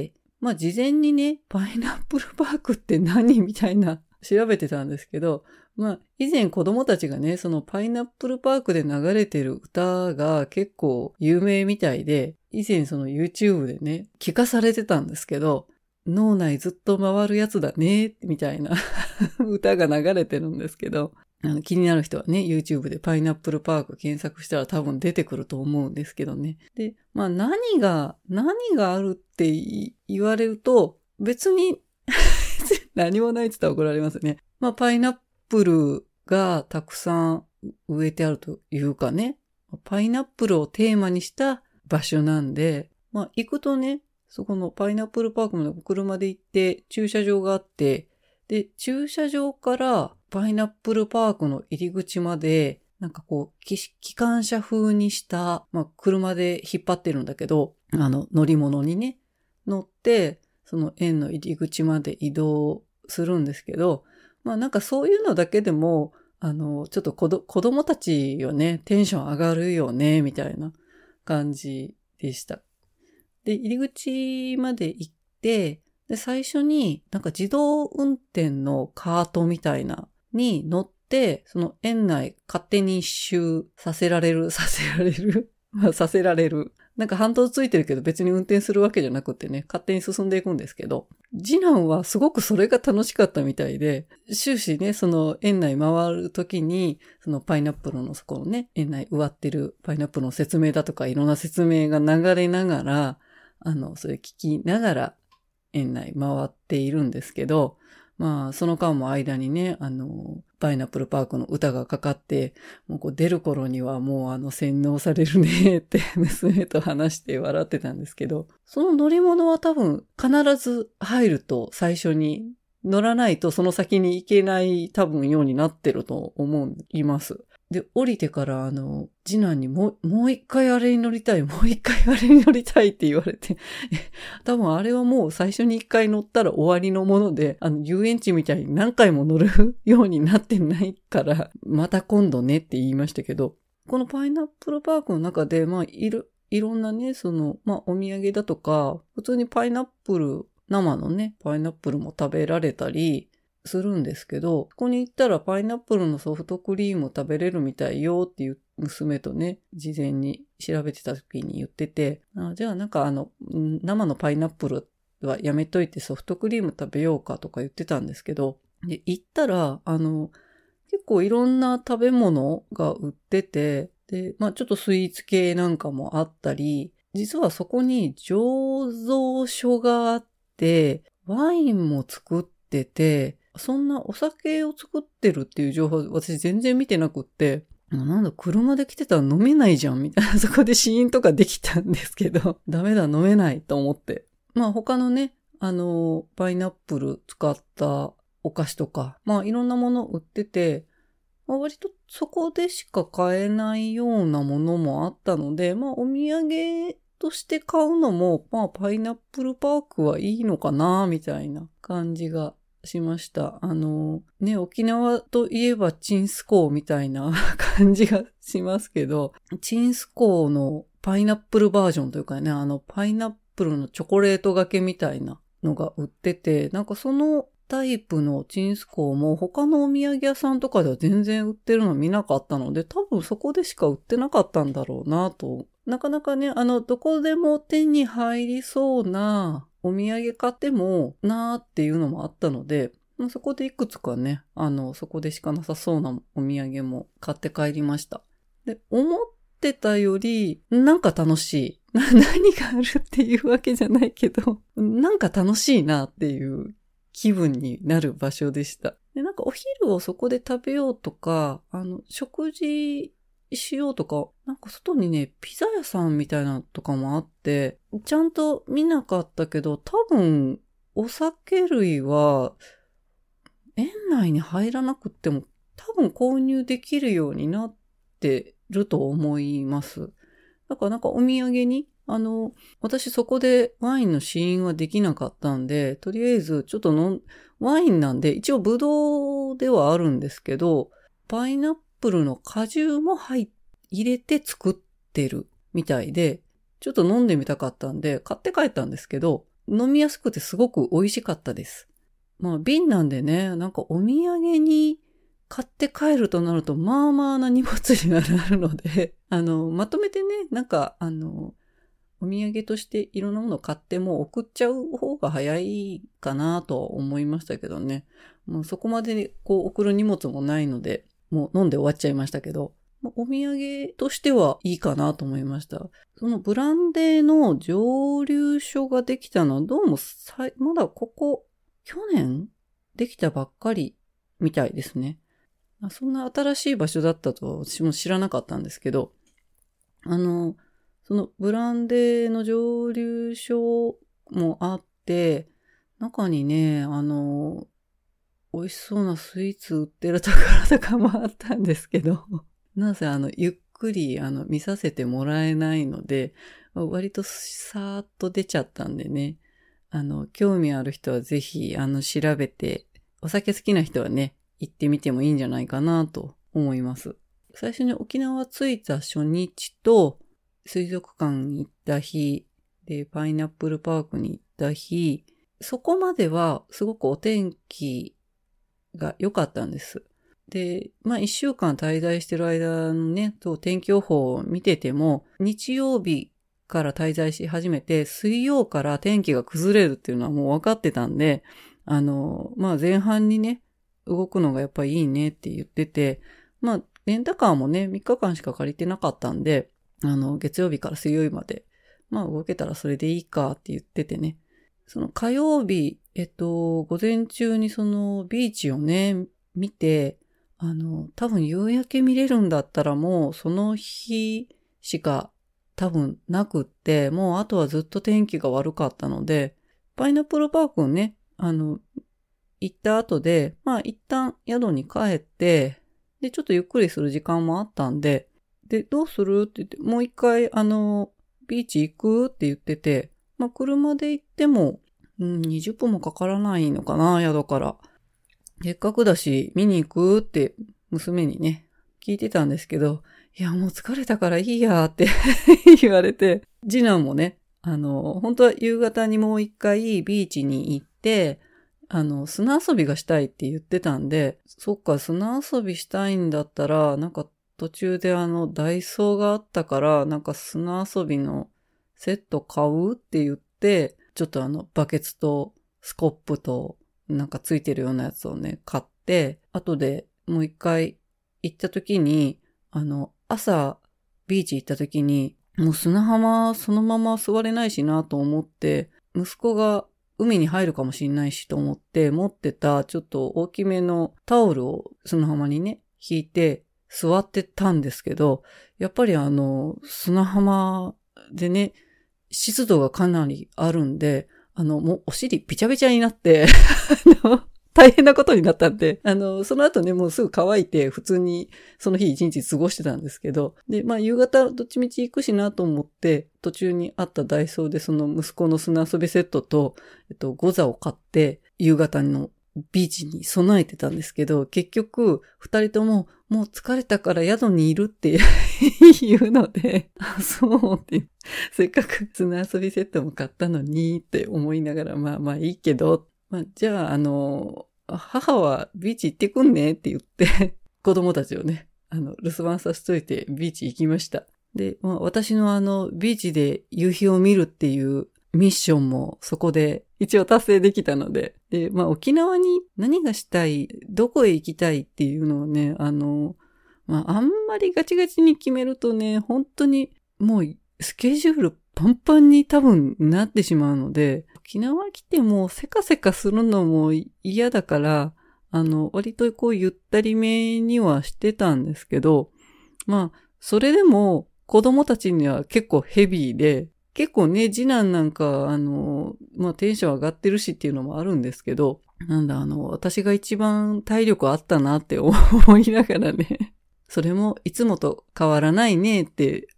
事前にね、パイナップルパークって何みたいな調べてたんですけど、以前子供たちがね、そのパイナップルパークで流れてる歌が結構有名みたいで、以前その YouTube でね、聞かされてたんですけど、脳内ずっと回るやつだね、みたいな歌が流れてるんですけど、気になる人はね、YouTube でパイナップルパーク検索したら多分出てくると思うんですけどね。で、何があるって言われると、別に何もないって言ったら怒られますね。パイナップルがたくさん植えてあるというかね、パイナップルをテーマにした場所なんで、行くとね、そこのパイナップルパークまで車で行って駐車場があって、で、駐車場からパイナップルパークの入り口まで、機関車風にした、車で引っ張ってるんだけど、乗り物にね、乗って、その園の入り口まで移動するんですけど、そういうのだけでも、ちょっと子供たちよね、テンション上がるよね、みたいな感じでした。で、入り口まで行って、で、最初に自動運転のカートみたいなに乗って、その園内勝手に一周させられる。させられる。ハンドルついてるけど別に運転するわけじゃなくてね、勝手に進んでいくんですけど、次男はすごくそれが楽しかったみたいで、終始ね、その園内回るときに、そのパイナップルのそこのね、園内植わってるパイナップルの説明だとかいろんな説明が流れながら、それ聞きながら園内回っているんですけど、その間も間にね、パイナップルパークの歌がかかって、もう出る頃にはもう洗脳されるねって娘と話して笑ってたんですけど、その乗り物は多分必ず入ると最初に乗らないとその先に行けない多分ようになってると思います。で、降りてから次男にもう一回あれに乗りたいって言われて、多分あれはもう最初に一回乗ったら終わりのもので、遊園地みたいに何回も乗るようになってないから、また今度ねって言いましたけど、このパイナップルパークの中で、いろんなね、お土産だとか、普通にパイナップル、生のね、パイナップルも食べられたり、するんですけど、ここに行ったらパイナップルのソフトクリーム食べれるみたいよっていう娘とね、事前に調べてた時に言ってて、じゃあ生のパイナップルはやめといてソフトクリーム食べようかとか言ってたんですけど、で、行ったら、結構いろんな食べ物が売ってて、で、ちょっとスイーツ系なんかもあったり、実はそこに醸造所があって、ワインも作ってて、そんなお酒を作ってるっていう情報私全然見てなくって、車で来てたら飲めないじゃんみたいな、そこで試飲とかできたんですけど、ダメだ飲めないと思って。他のね、パイナップル使ったお菓子とか、いろんなもの売ってて、割とそこでしか買えないようなものもあったので、お土産として買うのも、パイナップルパークはいいのかな、みたいな感じがしました。沖縄といえばチンスコーみたいな感じがしますけど、チンスコーのパイナップルバージョンというかね、パイナップルのチョコレートがけみたいなのが売ってて、そのタイプのチンスコーも他のお土産屋さんとかでは全然売ってるの見なかったので、多分そこでしか売ってなかったんだろうなと。なかなかね、どこでも手に入りそうなお土産買ってもなーっていうのもあったので、そこでいくつかね、そこでしかなさそうなお土産も買って帰りました。で、思ってたより、楽しい。何があるっていうわけじゃないけど、楽しいなっていう気分になる場所でした。で、お昼をそこで食べようとか、食事しようとか、外にね、ピザ屋さんみたいなのとかもあって、ちゃんと見なかったけど、多分、お酒類は、園内に入らなくっても、多分購入できるようになってると思います。だからお土産に私そこでワインの試飲はできなかったんで、とりあえずちょっとワインなんで、一応ブドウではあるんですけど、パイナップルの果汁も入れて作ってるみたいで、ちょっと飲んでみたかったんで、買って帰ったんですけど、飲みやすくてすごく美味しかったです。まあ瓶なんでね、なんかお土産に買って帰るとなると、まあまあな荷物にはなるので、まとめてね、なんか、お土産としていろんなものを買ってもう送っちゃう方が早いかなとは思いましたけどね。もうそこまでこう送る荷物もないので、もう飲んで終わっちゃいましたけど、お土産としてはいいかなと思いました。そのブランデーの蒸留所ができたのはどうもまだ去年できたばっかりみたいですね。そんな新しい場所だったとは私も知らなかったんですけど、そのブランデーの蒸留所もあって、中にね、美味しそうなスイーツ売ってるところとかもあったんですけど、なぜゆっくり見させてもらえないので、割とさーっと出ちゃったんでね、興味ある人はぜひ調べて、お酒好きな人はね、行ってみてもいいんじゃないかなと思います。最初に沖縄着いた初日と、水族館に行った日、で、パイナップルパークに行った日、そこまではすごくお天気が良かったんです。で、1週間滞在してる間のね、天気予報を見てても、日曜日から滞在し始めて、水曜から天気が崩れるっていうのはもう分かってたんで、前半にね、動くのがやっぱりいいねって言ってて、レンタカーもね、3日間しか借りてなかったんで、月曜日から水曜日まで、動けたらそれでいいかって言っててね。その火曜日、午前中にそのビーチをね、見て、多分夕焼け見れるんだったらもうその日しか多分なくって、もうあとはずっと天気が悪かったので、パイナップルパークをね、行った後で、一旦宿に帰って、で、ちょっとゆっくりする時間もあったんで、で、どうするって言って、もう一回、ビーチ行くって言ってて、車で行っても、20分もかからないのかな、宿から。せっかくだし、見に行くって娘にね、聞いてたんですけど、いや、もう疲れたからいいやって言われて、次男もね、本当は夕方にもう一回ビーチに行って、砂遊びがしたいって言ってたんで、そっか、砂遊びしたいんだったら、なんか途中でダイソーがあったから、なんか砂遊びのセット買うって言って、ちょっとバケツとスコップとなんかついてるようなやつをね、買って、後でもう一回行った時に、朝ビーチ行った時に、もう砂浜そのまま座れないしなと思って、息子が海に入るかもしれないしと思って持ってたちょっと大きめのタオルを砂浜にね、引いて座ってたんですけど、やっぱり砂浜でね、湿度がかなりあるんで、もうお尻びちゃびちゃになって、大変なことになったんで、その後ね、もうすぐ乾いて、普通にその日一日過ごしてたんですけど、で、夕方どっちみち行くしなと思って、途中にあったダイソーでその息子の砂遊びセットと、ゴザを買って、夕方のビーチに備えてたんですけど、結局、二人とも、もう疲れたから宿にいるって言うので、そうって、せっかく砂遊びセットも買ったのにって思いながら、いいけど、じゃあ、母はビーチ行ってくんねって言って、子供たちをね、留守番させといてビーチ行きました。で、私のビーチで夕日を見るっていうミッションもそこで一応達成できたので、で、沖縄に何がしたい、どこへ行きたいっていうのをね、あんまりガチガチに決めるとね、本当にもうスケジュールパンパンに多分なってしまうので、沖縄来てもせかせかするのも嫌だから、割とこうゆったりめにはしてたんですけど、それでも子供たちには結構ヘビーで、結構ね、次男なんか、テンション上がってるしっていうのもあるんですけど、私が一番体力あったなって思いながらね、それもいつもと変わらないねって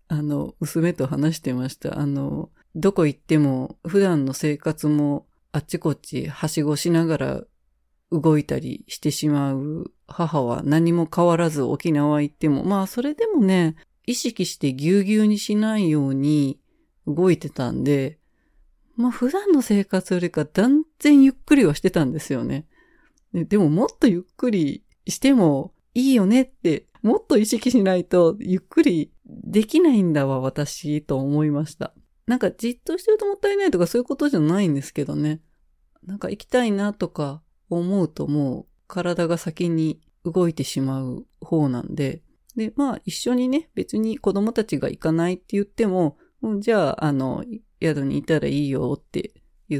娘と話してました。どこ行っても、普段の生活もあっちこっちはしごしながら動いたりしてしまう母は何も変わらず沖縄行っても、まあそれでもね、意識してぎゅうぎゅうにしないように動いてたんで、まあ普段の生活よりか断然ゆっくりはしてたんですよね。でももっとゆっくりしてもいいよねって、もっと意識しないとゆっくりできないんだわ私と思いました。なんかじっとしてるともったいないとかそういうことじゃないんですけどね。なんか行きたいなとか思うともう体が先に動いてしまう方なんで、で、まあ一緒にね、別に子供たちが行かないって言っても、じゃあ、宿にいたらいいよって言って、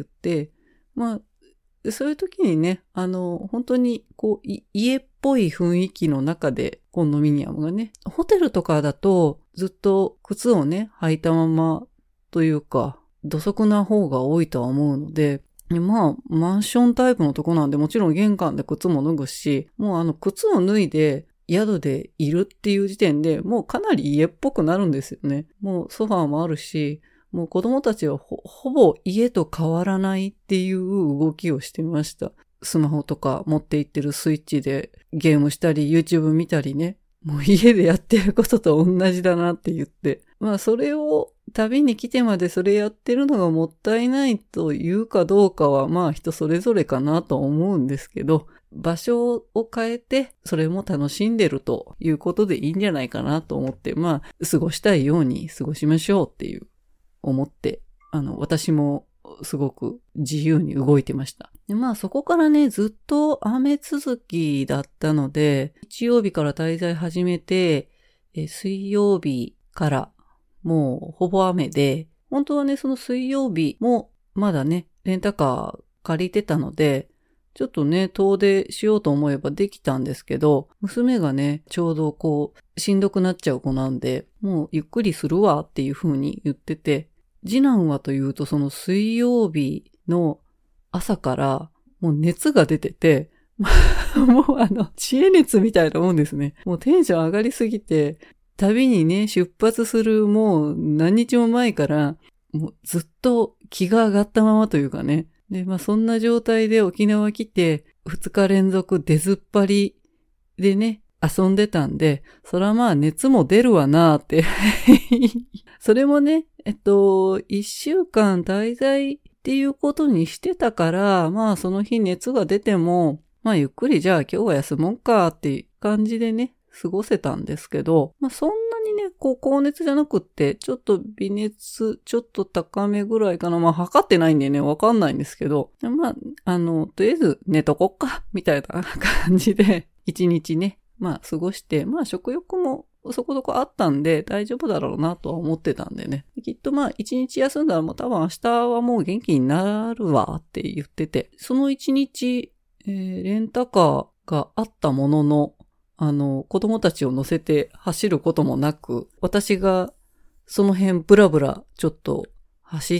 まあ、そういう時にね、本当にこう、家っぽい雰囲気の中で、コンドミニアムがね、ホテルとかだとずっと靴をね、履いたままというか、土足な方が多いとは思うので、まあ、マンションタイプのとこなんで、もちろん玄関で靴も脱ぐし、もう靴を脱いで、宿でいるっていう時点でもうかなり家っぽくなるんですよね。もうソファーもあるし、もう子供たちはほぼ家と変わらないっていう動きをしてました。スマホとか持って行ってるスイッチでゲームしたり YouTube 見たりね。もう家でやってることと同じだなって言って。まあそれを旅に来てまでそれやってるのがもったいないというかどうかはまあ人それぞれかなと思うんですけど、場所を変えてそれも楽しんでるということでいいんじゃないかなと思って、まあ過ごしたいように過ごしましょうっていう思って、私もすごく自由に動いてました。で、まあそこからね、ずっと雨続きだったので、日曜日から滞在始めて、水曜日からもうほぼ雨で、本当はね、その水曜日もまだね、レンタカー借りてたので、ちょっとね、遠出しようと思えばできたんですけど、娘がね、ちょうどこう、しんどくなっちゃう子なんで、もうゆっくりするわっていう風に言ってて、次男はというとその水曜日の朝からもう熱が出てて、もう知恵熱みたいなもんですね。もうテンション上がりすぎて、旅にね、出発するもう何日も前から、もうずっと気が上がったままというかね。で、まあそんな状態で沖縄来て、2日連続出ずっぱりでね、遊んでたんで、そらまあ熱も出るわなーって。それもね、1週間滞在っていうことにしてたから、まあその日熱が出ても、まあゆっくりじゃあ今日は休もうかっていう感じでね、過ごせたんですけど、まあそんなにね、こう高熱じゃなくって、ちょっと微熱、ちょっと高めぐらいかな。まあ測ってないんでね、わかんないんですけど、まあ、とりあえず寝とこっか、みたいな感じで、一日ね、まあ過ごして、まあ食欲もそこそこあったんで大丈夫だろうなとは思ってたんでね。きっとまあ一日休んだらもう多分明日はもう元気になるわって言ってて、その一日、レンタカーがあったものの、子供たちを乗せて走ることもなく、私がその辺ブラブラちょっと走って、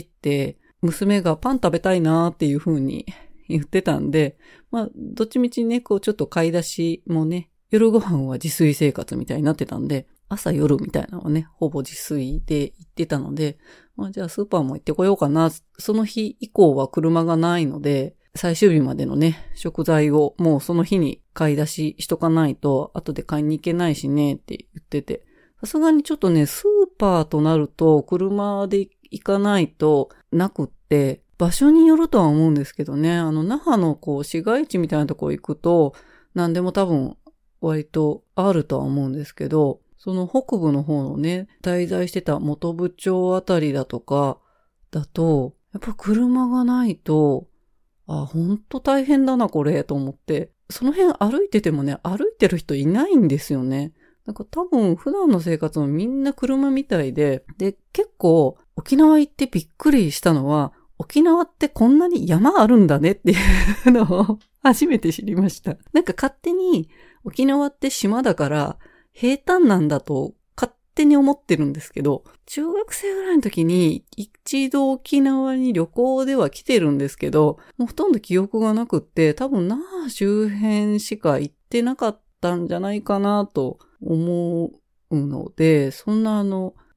娘がパン食べたいなーっていう風に言ってたんで、まあ、どっちみちね、こうちょっと買い出しもね、夜ご飯は自炊生活みたいになってたんで、朝夜みたいなのはね、ほぼ自炊で行ってたので、まあじゃあスーパーも行ってこようかな。その日以降は車がないので、最終日までのね、食材をもうその日に買い出ししとかないと、後で買いに行けないしねって言ってて、さすがにちょっとね、スーパーとなると車で行かないとなくって、場所によるとは思うんですけどね、那覇のこう市街地みたいなとこ行くと、何でも多分割とあるとは思うんですけど、その北部の方のね、滞在してた本部町あたりだとかだと、やっぱ車がないと、ほんと大変だなこれと思って、その辺歩いててもね、歩いてる人いないんですよね。なんか多分普段の生活もみんな車みたいで、で、結構沖縄行ってびっくりしたのは、沖縄ってこんなに山あるんだねっていうのを初めて知りました。なんか勝手に沖縄って島だから平坦なんだと勝手に思ってるんですけど、中学生ぐらいの時に一度沖縄に旅行では来てるんですけど、もうほとんど記憶がなくって、多分那覇周辺しか行ってなかったんじゃないかなと思うので、そんな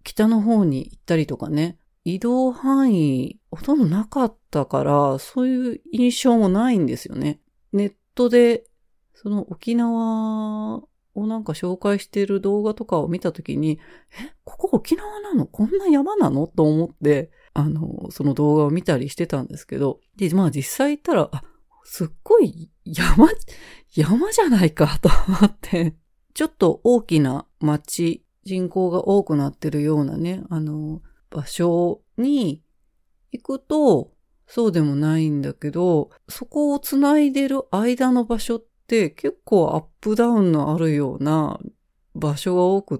北の方に行ったりとかね、移動範囲ほとんどなかったから、そういう印象もないんですよね。ネットで、その沖縄をなんか紹介している動画とかを見たときに、ここ沖縄なの？こんな山なの？と思って、その動画を見たりしてたんですけど、で、実際行ったら、すっごい山じゃないかと思って、ちょっと大きな町、人口が多くなってるようなね、場所に行くと、そうでもないんだけど、そこをつないでる間の場所って結構アップダウンのあるような場所が多くって、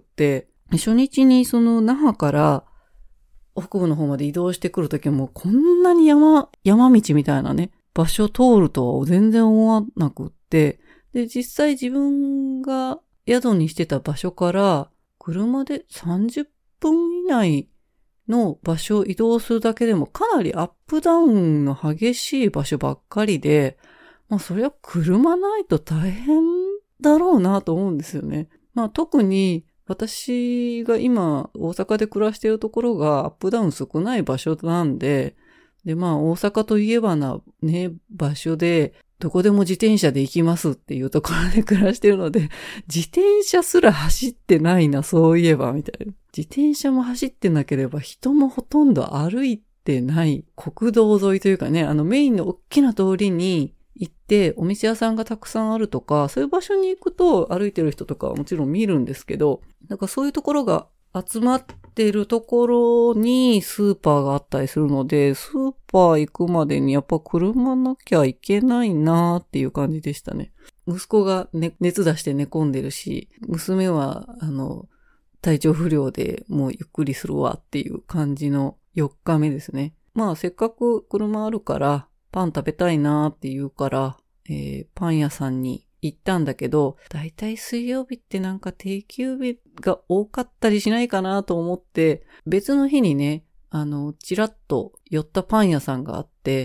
初日にその那覇から北部の方まで移動してくるときもこんなに山道みたいなね、場所通るとは全然思わなくって、で、実際自分が宿にしてた場所から車で30分以内の場所を移動するだけでもかなりアップダウンの激しい場所ばっかりで、そりゃ車ないと大変だろうなと思うんですよね。特に私が今大阪で暮らしているところがアップダウン少ない場所なんで、大阪といえばなね、場所でどこでも自転車で行きますっていうところで暮らしているので、自転車すら走ってないな、そういえば、みたいな。自転車も走ってなければ人もほとんど歩いてない国道沿いというかね、メインの大きな通りに行ってお店屋さんがたくさんあるとか、そういう場所に行くと歩いてる人とかはもちろん見るんですけど、そういうところが集まってるところにスーパーがあったりするので、スーパー行くまでにやっぱ車なきゃいけないなーっていう感じでしたね。息子が、熱出して寝込んでるし、娘は体調不良でもうゆっくりするわっていう感じの4日目ですね。せっかく車あるからパン食べたいなーって言うから、パン屋さんに行ったんだけど、だいたい水曜日ってなんか定休日が多かったりしないかなと思って、別の日にね、ちらっと寄ったパン屋さんがあって、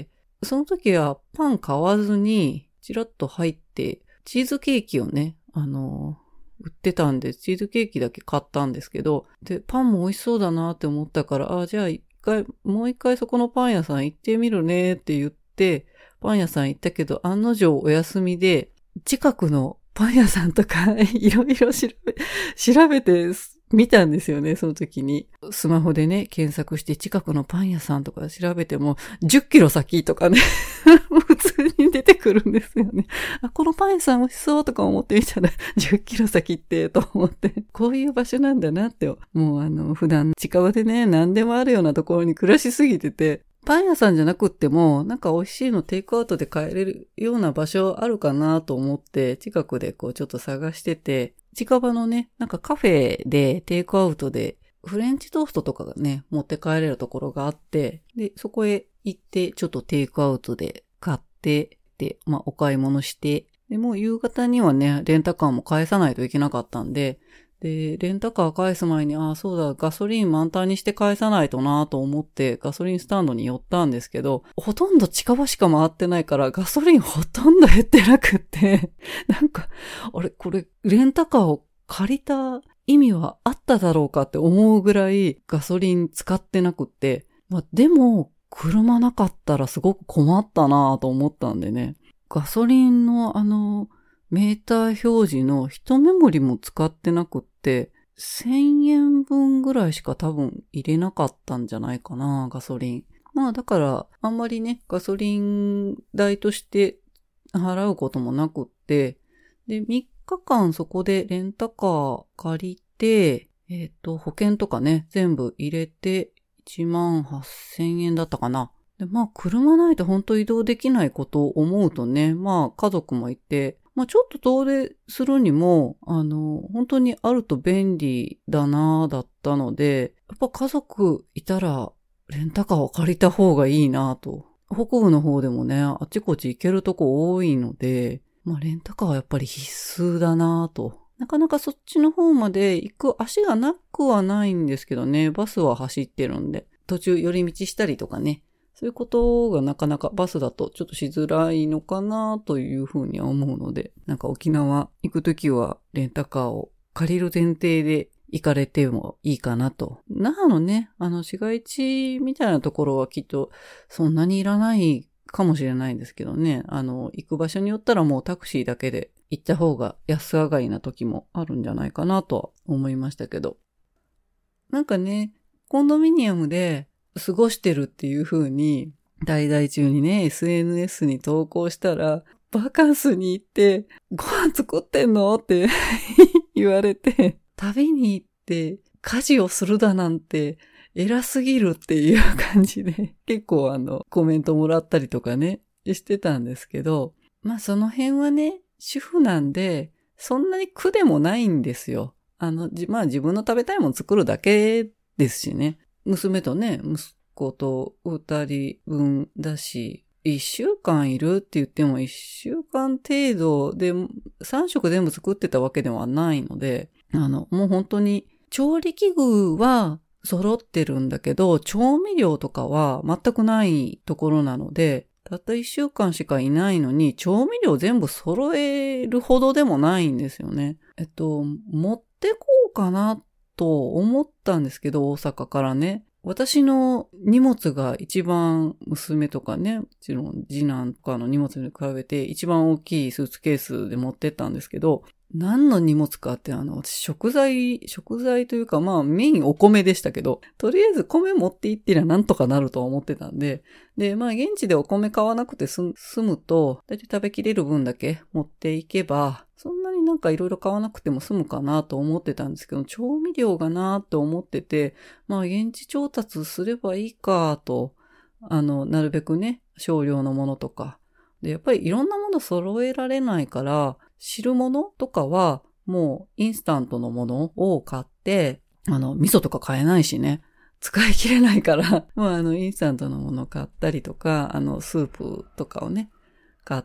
その時はパン買わずに、ちらっと入って、チーズケーキをね、売ってたんで、チーズケーキだけ買ったんですけど、で、パンも美味しそうだなって思ったから、じゃあもう一回そこのパン屋さん行ってみるねって言って、パン屋さん行ったけど、案の定お休みで、近くのパン屋さんとかいろいろ調べてみたんですよね、その時に。スマホでね、検索して近くのパン屋さんとか調べても、10キロ先とかね、普通に出てくるんですよね。このパン屋さん美味しそうとか思ってみたら、10キロ先ってと思って、こういう場所なんだなって、もう普段近場でね、何でもあるようなところに暮らしすぎてて、パン屋さんじゃなくっても、なんか美味しいのテイクアウトで買えれるような場所あるかなと思って、近くでちょっと探してて、近場のね、なんかカフェでテイクアウトで、フレンチトーストとかがね、持って帰れるところがあって、で、そこへ行って、ちょっとテイクアウトで買って、で、お買い物して、で、もう夕方にはね、レンタカーも返さないといけなかったんで、で、レンタカー返す前に、そうだ、ガソリン満タンにして返さないとなと思って、ガソリンスタンドに寄ったんですけど、ほとんど近場しか回ってないから、ガソリンほとんど減ってなくって、なんか、これ、レンタカーを借りた意味はあっただろうかって思うぐらいガソリン使ってなくって、でも、車なかったらすごく困ったなと思ったんでね、ガソリンのメーター表示の一メモリも使ってなくって、1000円分ぐらいしか多分入れなかったんじゃないかな、ガソリン。だから、あんまりね、ガソリン代として払うこともなくって、で、3日間そこでレンタカー借りて、保険とかね、全部入れて18,000円だったかな。で、車ないと本当移動できないことを思うとね、家族もいて、ちょっと遠出するにも、本当にあると便利だなぁだったので、やっぱ家族いたら、レンタカーを借りた方がいいなぁと。北部の方でもね、あちこち行けるとこ多いので、レンタカーはやっぱり必須だなぁと。なかなかそっちの方まで行く足がなくはないんですけどね、バスは走ってるんで、途中寄り道したりとかね、そういうことがなかなかバスだとちょっとしづらいのかなというふうには思うので、なんか沖縄行くときはレンタカーを借りる前提で行かれてもいいかなと。 那覇のね、市街地みたいなところはきっとそんなにいらないかもしれないんですけどね。行く場所によったらもうタクシーだけで行った方が安上がりな時もあるんじゃないかなとは思いましたけど。なんかね、コンドミニアムで過ごしてるっていう風に、滞在中にね、SNS に投稿したら、バカンスに行って、ご飯作ってんのって言われて、旅に行って家事をするだなんて偉すぎるっていう感じで、結構コメントもらったりとかね、してたんですけど、まあその辺はね、主婦なんで、そんなに苦でもないんですよ。まあ自分の食べたいもの作るだけですしね。娘とね、息子と2人分だし、1週間いるって言っても1週間程度で3食全部作ってたわけではないので、もう本当に調理器具は揃ってるんだけど、調味料とかは全くないところなので、たった1週間しかいないのに、調味料全部揃えるほどでもないんですよね。持ってこうかなと思ったんですけど、大阪からね。私の荷物が一番娘とかね、うちの次男とかの荷物に比べて一番大きいスーツケースで持ってったんですけど、何の荷物かって私食材というかまあメインお米でしたけど、とりあえず米持って行ってりゃなんとかなると思ってたんで、でまあ現地でお米買わなくて済むと、だいたい食べきれる分だけ持っていけば、そんなになんかいろいろ買わなくても済むかなと思ってたんですけど、調味料がなと思ってて、まあ現地調達すればいいかと、なるべくね、少量のものとか。で、やっぱりいろんなもの揃えられないから、汁物とかはもうインスタントのものを買って、味噌とか買えないしね。使い切れないから、まあインスタントのもの買ったりとか、スープとかをね、買って、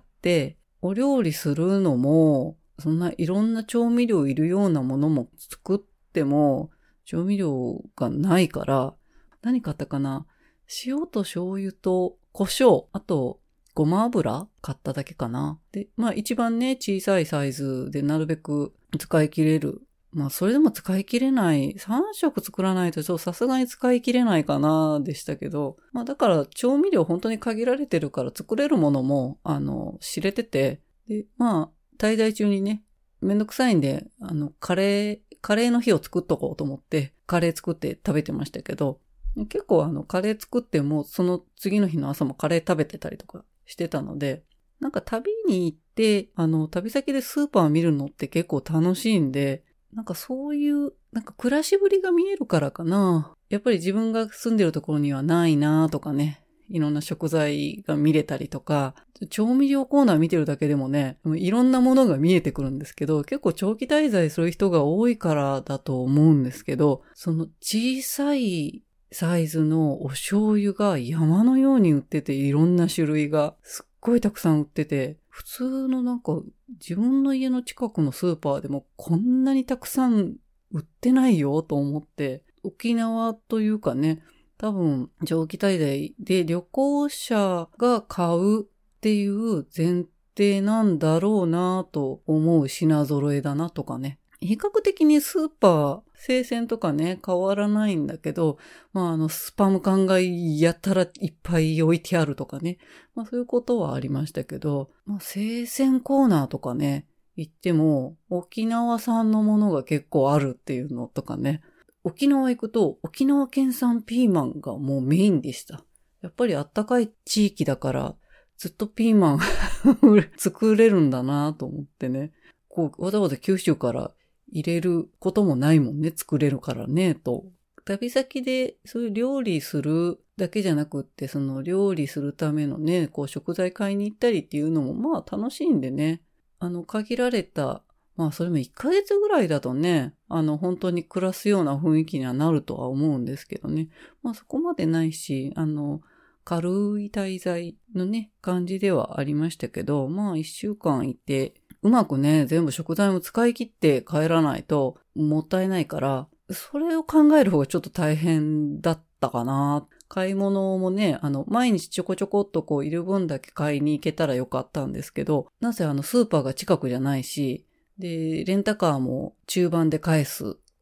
お料理するのも、そんないろんな調味料いるようなものも作っても、調味料がないから、何買ったかな？塩と醤油と胡椒、あとごま油買っただけかな。で、まあ一番ね、小さいサイズでなるべく使い切れる。まあそれでも使い切れない。3食作らないとさすがに使い切れないかなでしたけど。まあだから調味料本当に限られてるから作れるものも、知れてて。で、まあ滞在中にね、めんどくさいんで、カレーの日を作っとこうと思って、カレー作って食べてましたけど、結構カレー作っても、その次の日の朝もカレー食べてたりとかしてたので、なんか旅に行って、旅先でスーパー見るのって結構楽しいんで、なんかそういう、なんか暮らしぶりが見えるからかな。やっぱり自分が住んでるところにはないなとかね。いろんな食材が見れたりとか、調味料コーナー見てるだけでもね、いろんなものが見えてくるんですけど、結構長期滞在する人が多いからだと思うんですけど、その小さいサイズのお醤油が山のように売ってて、いろんな種類がすっごいたくさん売ってて、普通のなんか自分の家の近くのスーパーでもこんなにたくさん売ってないよと思って、沖縄というかね、多分長期滞在で旅行者が買うっていう前提なんだろうなと思う品揃えだなとかね。比較的にスーパー、生鮮とかね、変わらないんだけど、まあスパム缶がやったらいっぱい置いてあるとかね。まあそういうことはありましたけど、まあ生鮮コーナーとかね、行っても沖縄産のものが結構あるっていうのとかね。沖縄行くと沖縄県産ピーマンがもうメインでした。やっぱりあったかい地域だからずっとピーマン作れるんだなと思ってね。こうわざわざ九州から入れることもないもんね。作れるからね、と。旅先でそういう料理するだけじゃなくって、その料理するためのね、こう食材買いに行ったりっていうのもまあ楽しいんでね。限られた、まあそれも1ヶ月ぐらいだとね、本当に暮らすような雰囲気にはなるとは思うんですけどね。まあそこまでないし、軽い滞在のね、感じではありましたけど、まあ1週間いて、うまくね、全部食材も使い切って帰らないともったいないから、それを考える方がちょっと大変だったかな。買い物もね、毎日ちょこちょこっとこういる分だけ買いに行けたらよかったんですけど、なぜスーパーが近くじゃないし、で、レンタカーも中盤で返す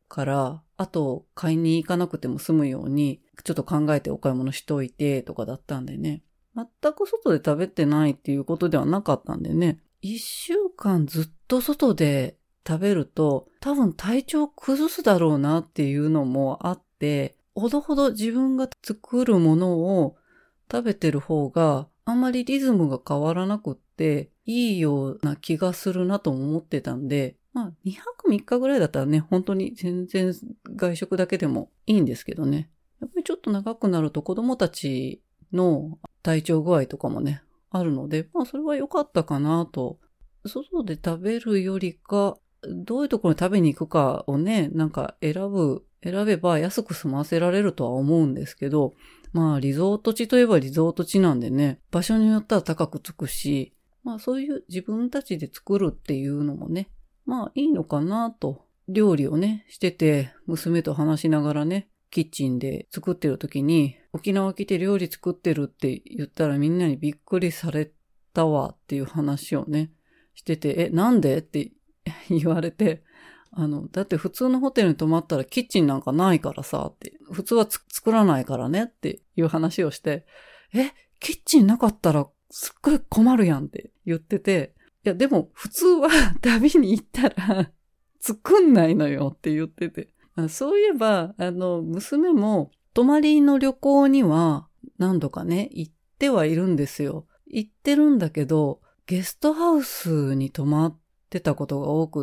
から、あと買いに行かなくても済むように、ちょっと考えてお買い物しといてとかだったんでね。全く外で食べてないっていうことではなかったんでね。1週間ずっと外で食べると、多分体調崩すだろうなっていうのもあって、ほどほど自分が作るものを食べてる方があんまりリズムが変わらなくっていいような気がするなと思ってたんで、2泊3日ぐらいだったらね、本当に全然外食だけでもいいんですけどね。やっぱりちょっと長くなると子供たちの体調具合とかもね、あるので、それは良かったかなと。外で食べるよりか、どういうところに食べに行くかをね、なんか選べば安く済ませられるとは思うんですけど、リゾート地といえばリゾート地なんでね、場所によっては高くつくし、そういう自分たちで作るっていうのもね、いいのかなと。料理をね、してて、娘と話しながらね、キッチンで作ってる時に、沖縄来て料理作ってるって言ったらみんなにびっくりされたわっていう話をね、してて、なんでって言われて、だって普通のホテルに泊まったらキッチンなんかないからさ、って、普通は作らないからねっていう話をして、キッチンなかったらすっごい困るやんって言ってて、いやでも普通は旅に行ったら作んないのよって言ってて。そういえば、娘も泊まりの旅行には何度かね、行ってはいるんですよ。行ってるんだけど、ゲストハウスに泊まってたことが多くって、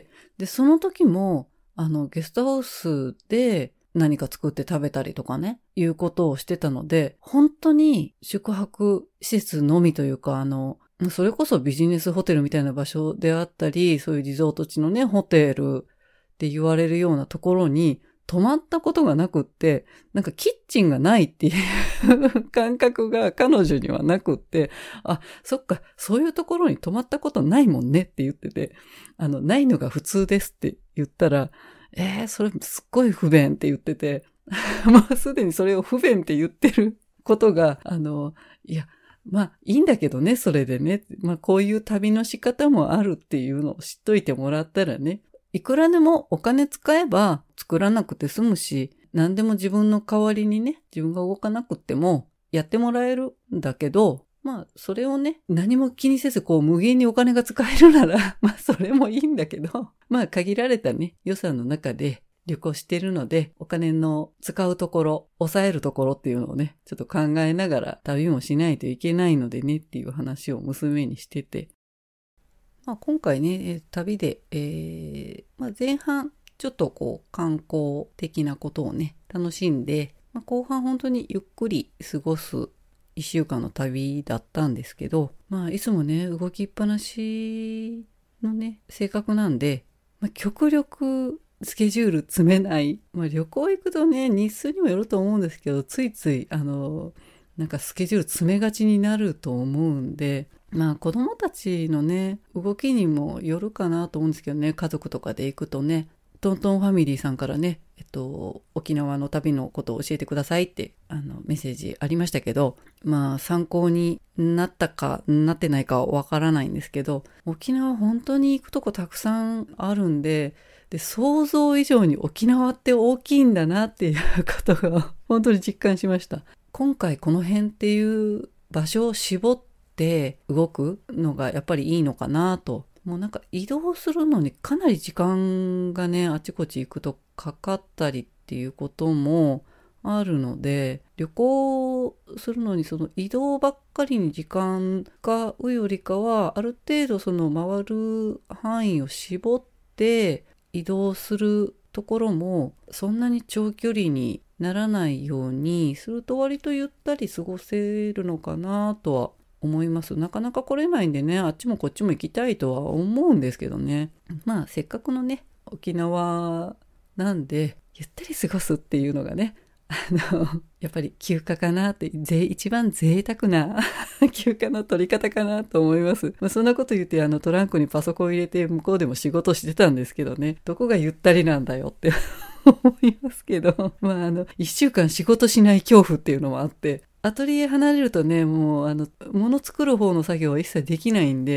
で、その時も、ゲストハウスで何か作って食べたりとかね、いうことをしてたので、本当に宿泊施設のみというか、それこそビジネスホテルみたいな場所であったり、そういうリゾート地のね、ホテルって言われるようなところに泊まったことがなくって、なんかキッチンがないっていう感覚が彼女にはなくって、そっか、そういうところに泊まったことないもんねって言ってて、ないのが普通ですって言ったら、それすっごい不便って言ってて、もうすでにそれを不便って言ってることが、いや、いいんだけどね、それでね。こういう旅の仕方もあるっていうのを知っといてもらったらね、いくらでもお金使えば作らなくて済むし、何でも自分の代わりにね、自分が動かなくってもやってもらえるんだけど、それをね、何も気にせず無限にお金が使えるなら、それもいいんだけど、限られたね、予算の中で旅行してるので、お金の使うところ、抑えるところっていうのをね、ちょっと考えながら旅もしないといけないのでねっていう話を娘にしてて、今回ね、旅で、前半ちょっと観光的なことをね、楽しんで、後半本当にゆっくり過ごす1週間の旅だったんですけど、いつもね、動きっぱなしのね、性格なんで、極力スケジュール詰めない。旅行行くとね、日数にもよると思うんですけど、ついつい、なんかスケジュール詰めがちになると思うんで、子供たちのね、動きにもよるかなと思うんですけどね、家族とかで行くとね、トントンファミリーさんからね、沖縄の旅のことを教えてくださいってメッセージありましたけど、参考になったかなってないかはわからないんですけど、沖縄本当に行くとこたくさんあるんで、想像以上に沖縄って大きいんだなっていうことが本当に実感しました。今回この辺っていう場所を絞って動くのがやっぱりいいのかなと。もうなんか移動するのにかなり時間がね、あちこち行くとかかったりっていうこともあるので、旅行するのにその移動ばっかりに時間使うよりかは、ある程度その回る範囲を絞って移動するところもそんなに長距離にならないようにすると割とゆったり過ごせるのかなとは思います。なかなか来れないんでね、あっちもこっちも行きたいとは思うんですけどね。せっかくのね、沖縄なんで、ゆったり過ごすっていうのがね、やっぱり休暇かなって、一番贅沢な休暇の取り方かなと思います。そんなこと言ってトランクにパソコン入れて向こうでも仕事してたんですけどね、どこがゆったりなんだよって思いますけど、1週間仕事しない恐怖っていうのもあって、アトリエ離れるとね、もう物作る方の作業は一切できないんで、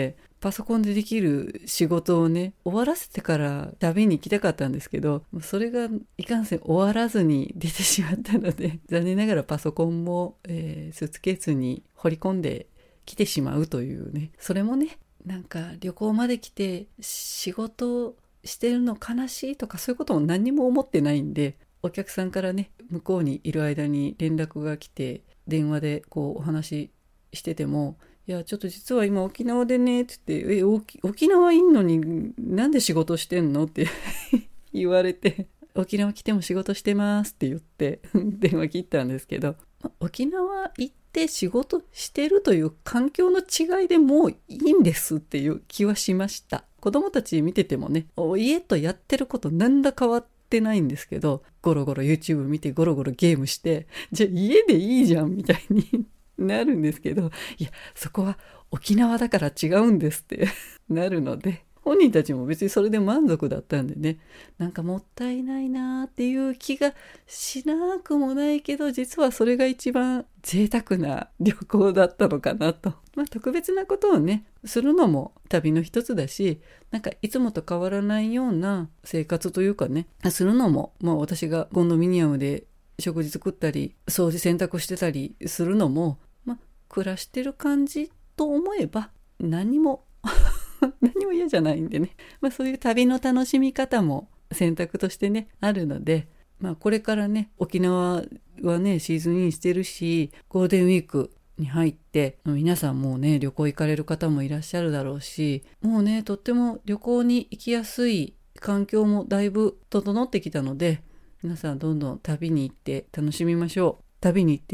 パソコンでできる仕事をね、終わらせてから旅に行きたかったんですけど、それがいかんせん終わらずに出てしまったので、残念ながらパソコンも、スーツケースに放り込んできてしまうというね、それもね、なんか旅行まで来て仕事してるの悲しいとかそういうことも何にも思ってないんで、お客さんからね、向こうにいる間に連絡が来て、電話でこうお話ししてても、いやちょっと実は今沖縄でねって言って、沖縄いんのになんで仕事してんのって言われて、沖縄来ても仕事してますって言って電話切ったんですけど、沖縄行って仕事してるという環境の違いでもういいんですっていう気はしました。子供たち見ててもね、家とやってること何ら変わってないんですけど、ゴロゴロ YouTube 見てゴロゴロゲームして、じゃあ家でいいじゃんみたいになるんですけど、いやそこは沖縄だから違うんですってなるので、本人たちも別にそれで満足だったんでね、なんかもったいないなっていう気がしなくもないけど、実はそれが一番贅沢な旅行だったのかなと。特別なことをねするのも旅の一つだし、なんかいつもと変わらないような生活というかねするのも、私がコンドミニアムで食事作ったり掃除洗濯してたりするのも、暮らしてる感じと思えば何も嫌じゃないんでね、そういう旅の楽しみ方も選択としてねあるので、これからね沖縄はねシーズンインしてるし、ゴールデンウィークに入って皆さんもうね旅行行かれる方もいらっしゃるだろうし、もうねとっても旅行に行きやすい環境もだいぶ整ってきたので、皆さんどんどん旅に行って楽しみましょう。旅に行って、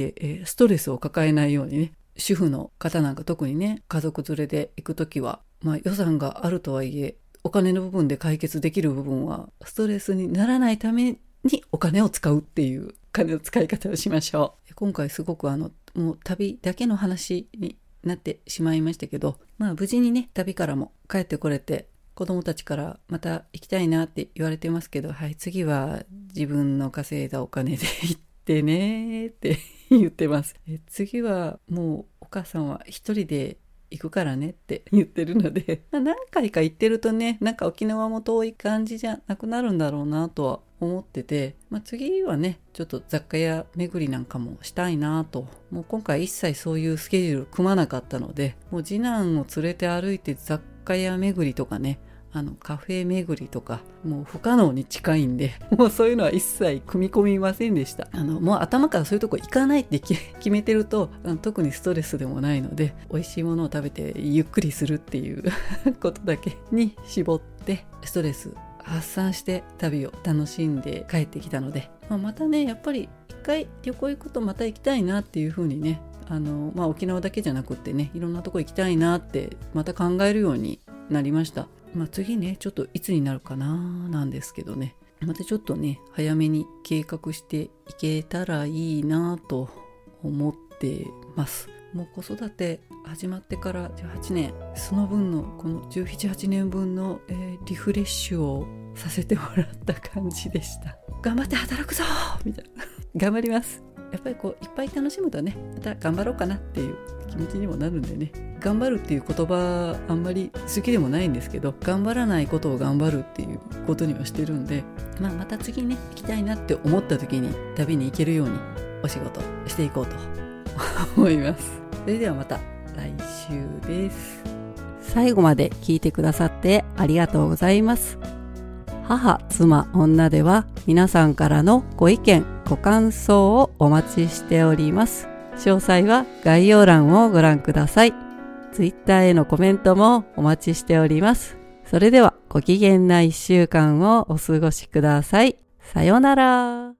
ストレスを抱えないようにね、主婦の方なんか特にね家族連れで行くときは、予算があるとはいえお金の部分で解決できる部分はストレスにならないためにお金を使うっていう金の使い方をしましょう。今回すごくもう旅だけの話になってしまいましたけど、無事にね旅からも帰ってこれて、子供たちからまた行きたいなって言われてますけど、はい、次は自分の稼いだお金で行ってねって言ってます。次はもうお母さんは一人で行くからねって言ってるので、何回か行ってるとね、なんか沖縄も遠い感じじゃなくなるんだろうなとは思ってて、次はねちょっと雑貨屋巡りなんかもしたいなと。もう今回一切そういうスケジュール組まなかったので、もう次男を連れて歩いて雑貨屋巡りとかね、カフェ巡りとかもう不可能に近いんで、もうそういうのは一切組み込みませんでした。もう頭からそういうとこ行かないって決めてると特にストレスでもないので、美味しいものを食べてゆっくりするっていうことだけに絞ってストレス発散して旅を楽しんで帰ってきたので、またねやっぱり一回旅行行くとまた行きたいなっていう風にね、沖縄だけじゃなくってね、いろんなとこ行きたいなってまた考えるようになりました。次ねちょっといつになるかななんですけどね、またちょっとね早めに計画していけたらいいなと思ってます。もう子育て始まってから18年、その分のこの17、18年分の、リフレッシュをさせてもらった感じでした。頑張って働くぞみたいな頑張ります。やっぱりこういっぱい楽しむとね、また頑張ろうかなっていう気持ちにもなるんでね、頑張るっていう言葉あんまり好きでもないんですけど、頑張らないことを頑張るっていうことにはしてるんで、また次ね行きたいなって思った時に旅に行けるようにお仕事していこうと思います。それではまた来週です。最後まで聞いてくださってありがとうございます。母、妻、女では皆さんからのご意見、ご感想をお待ちしております。詳細は概要欄をご覧ください。Twitter へのコメントもお待ちしております。それではご機嫌な1週間をお過ごしください。さようなら。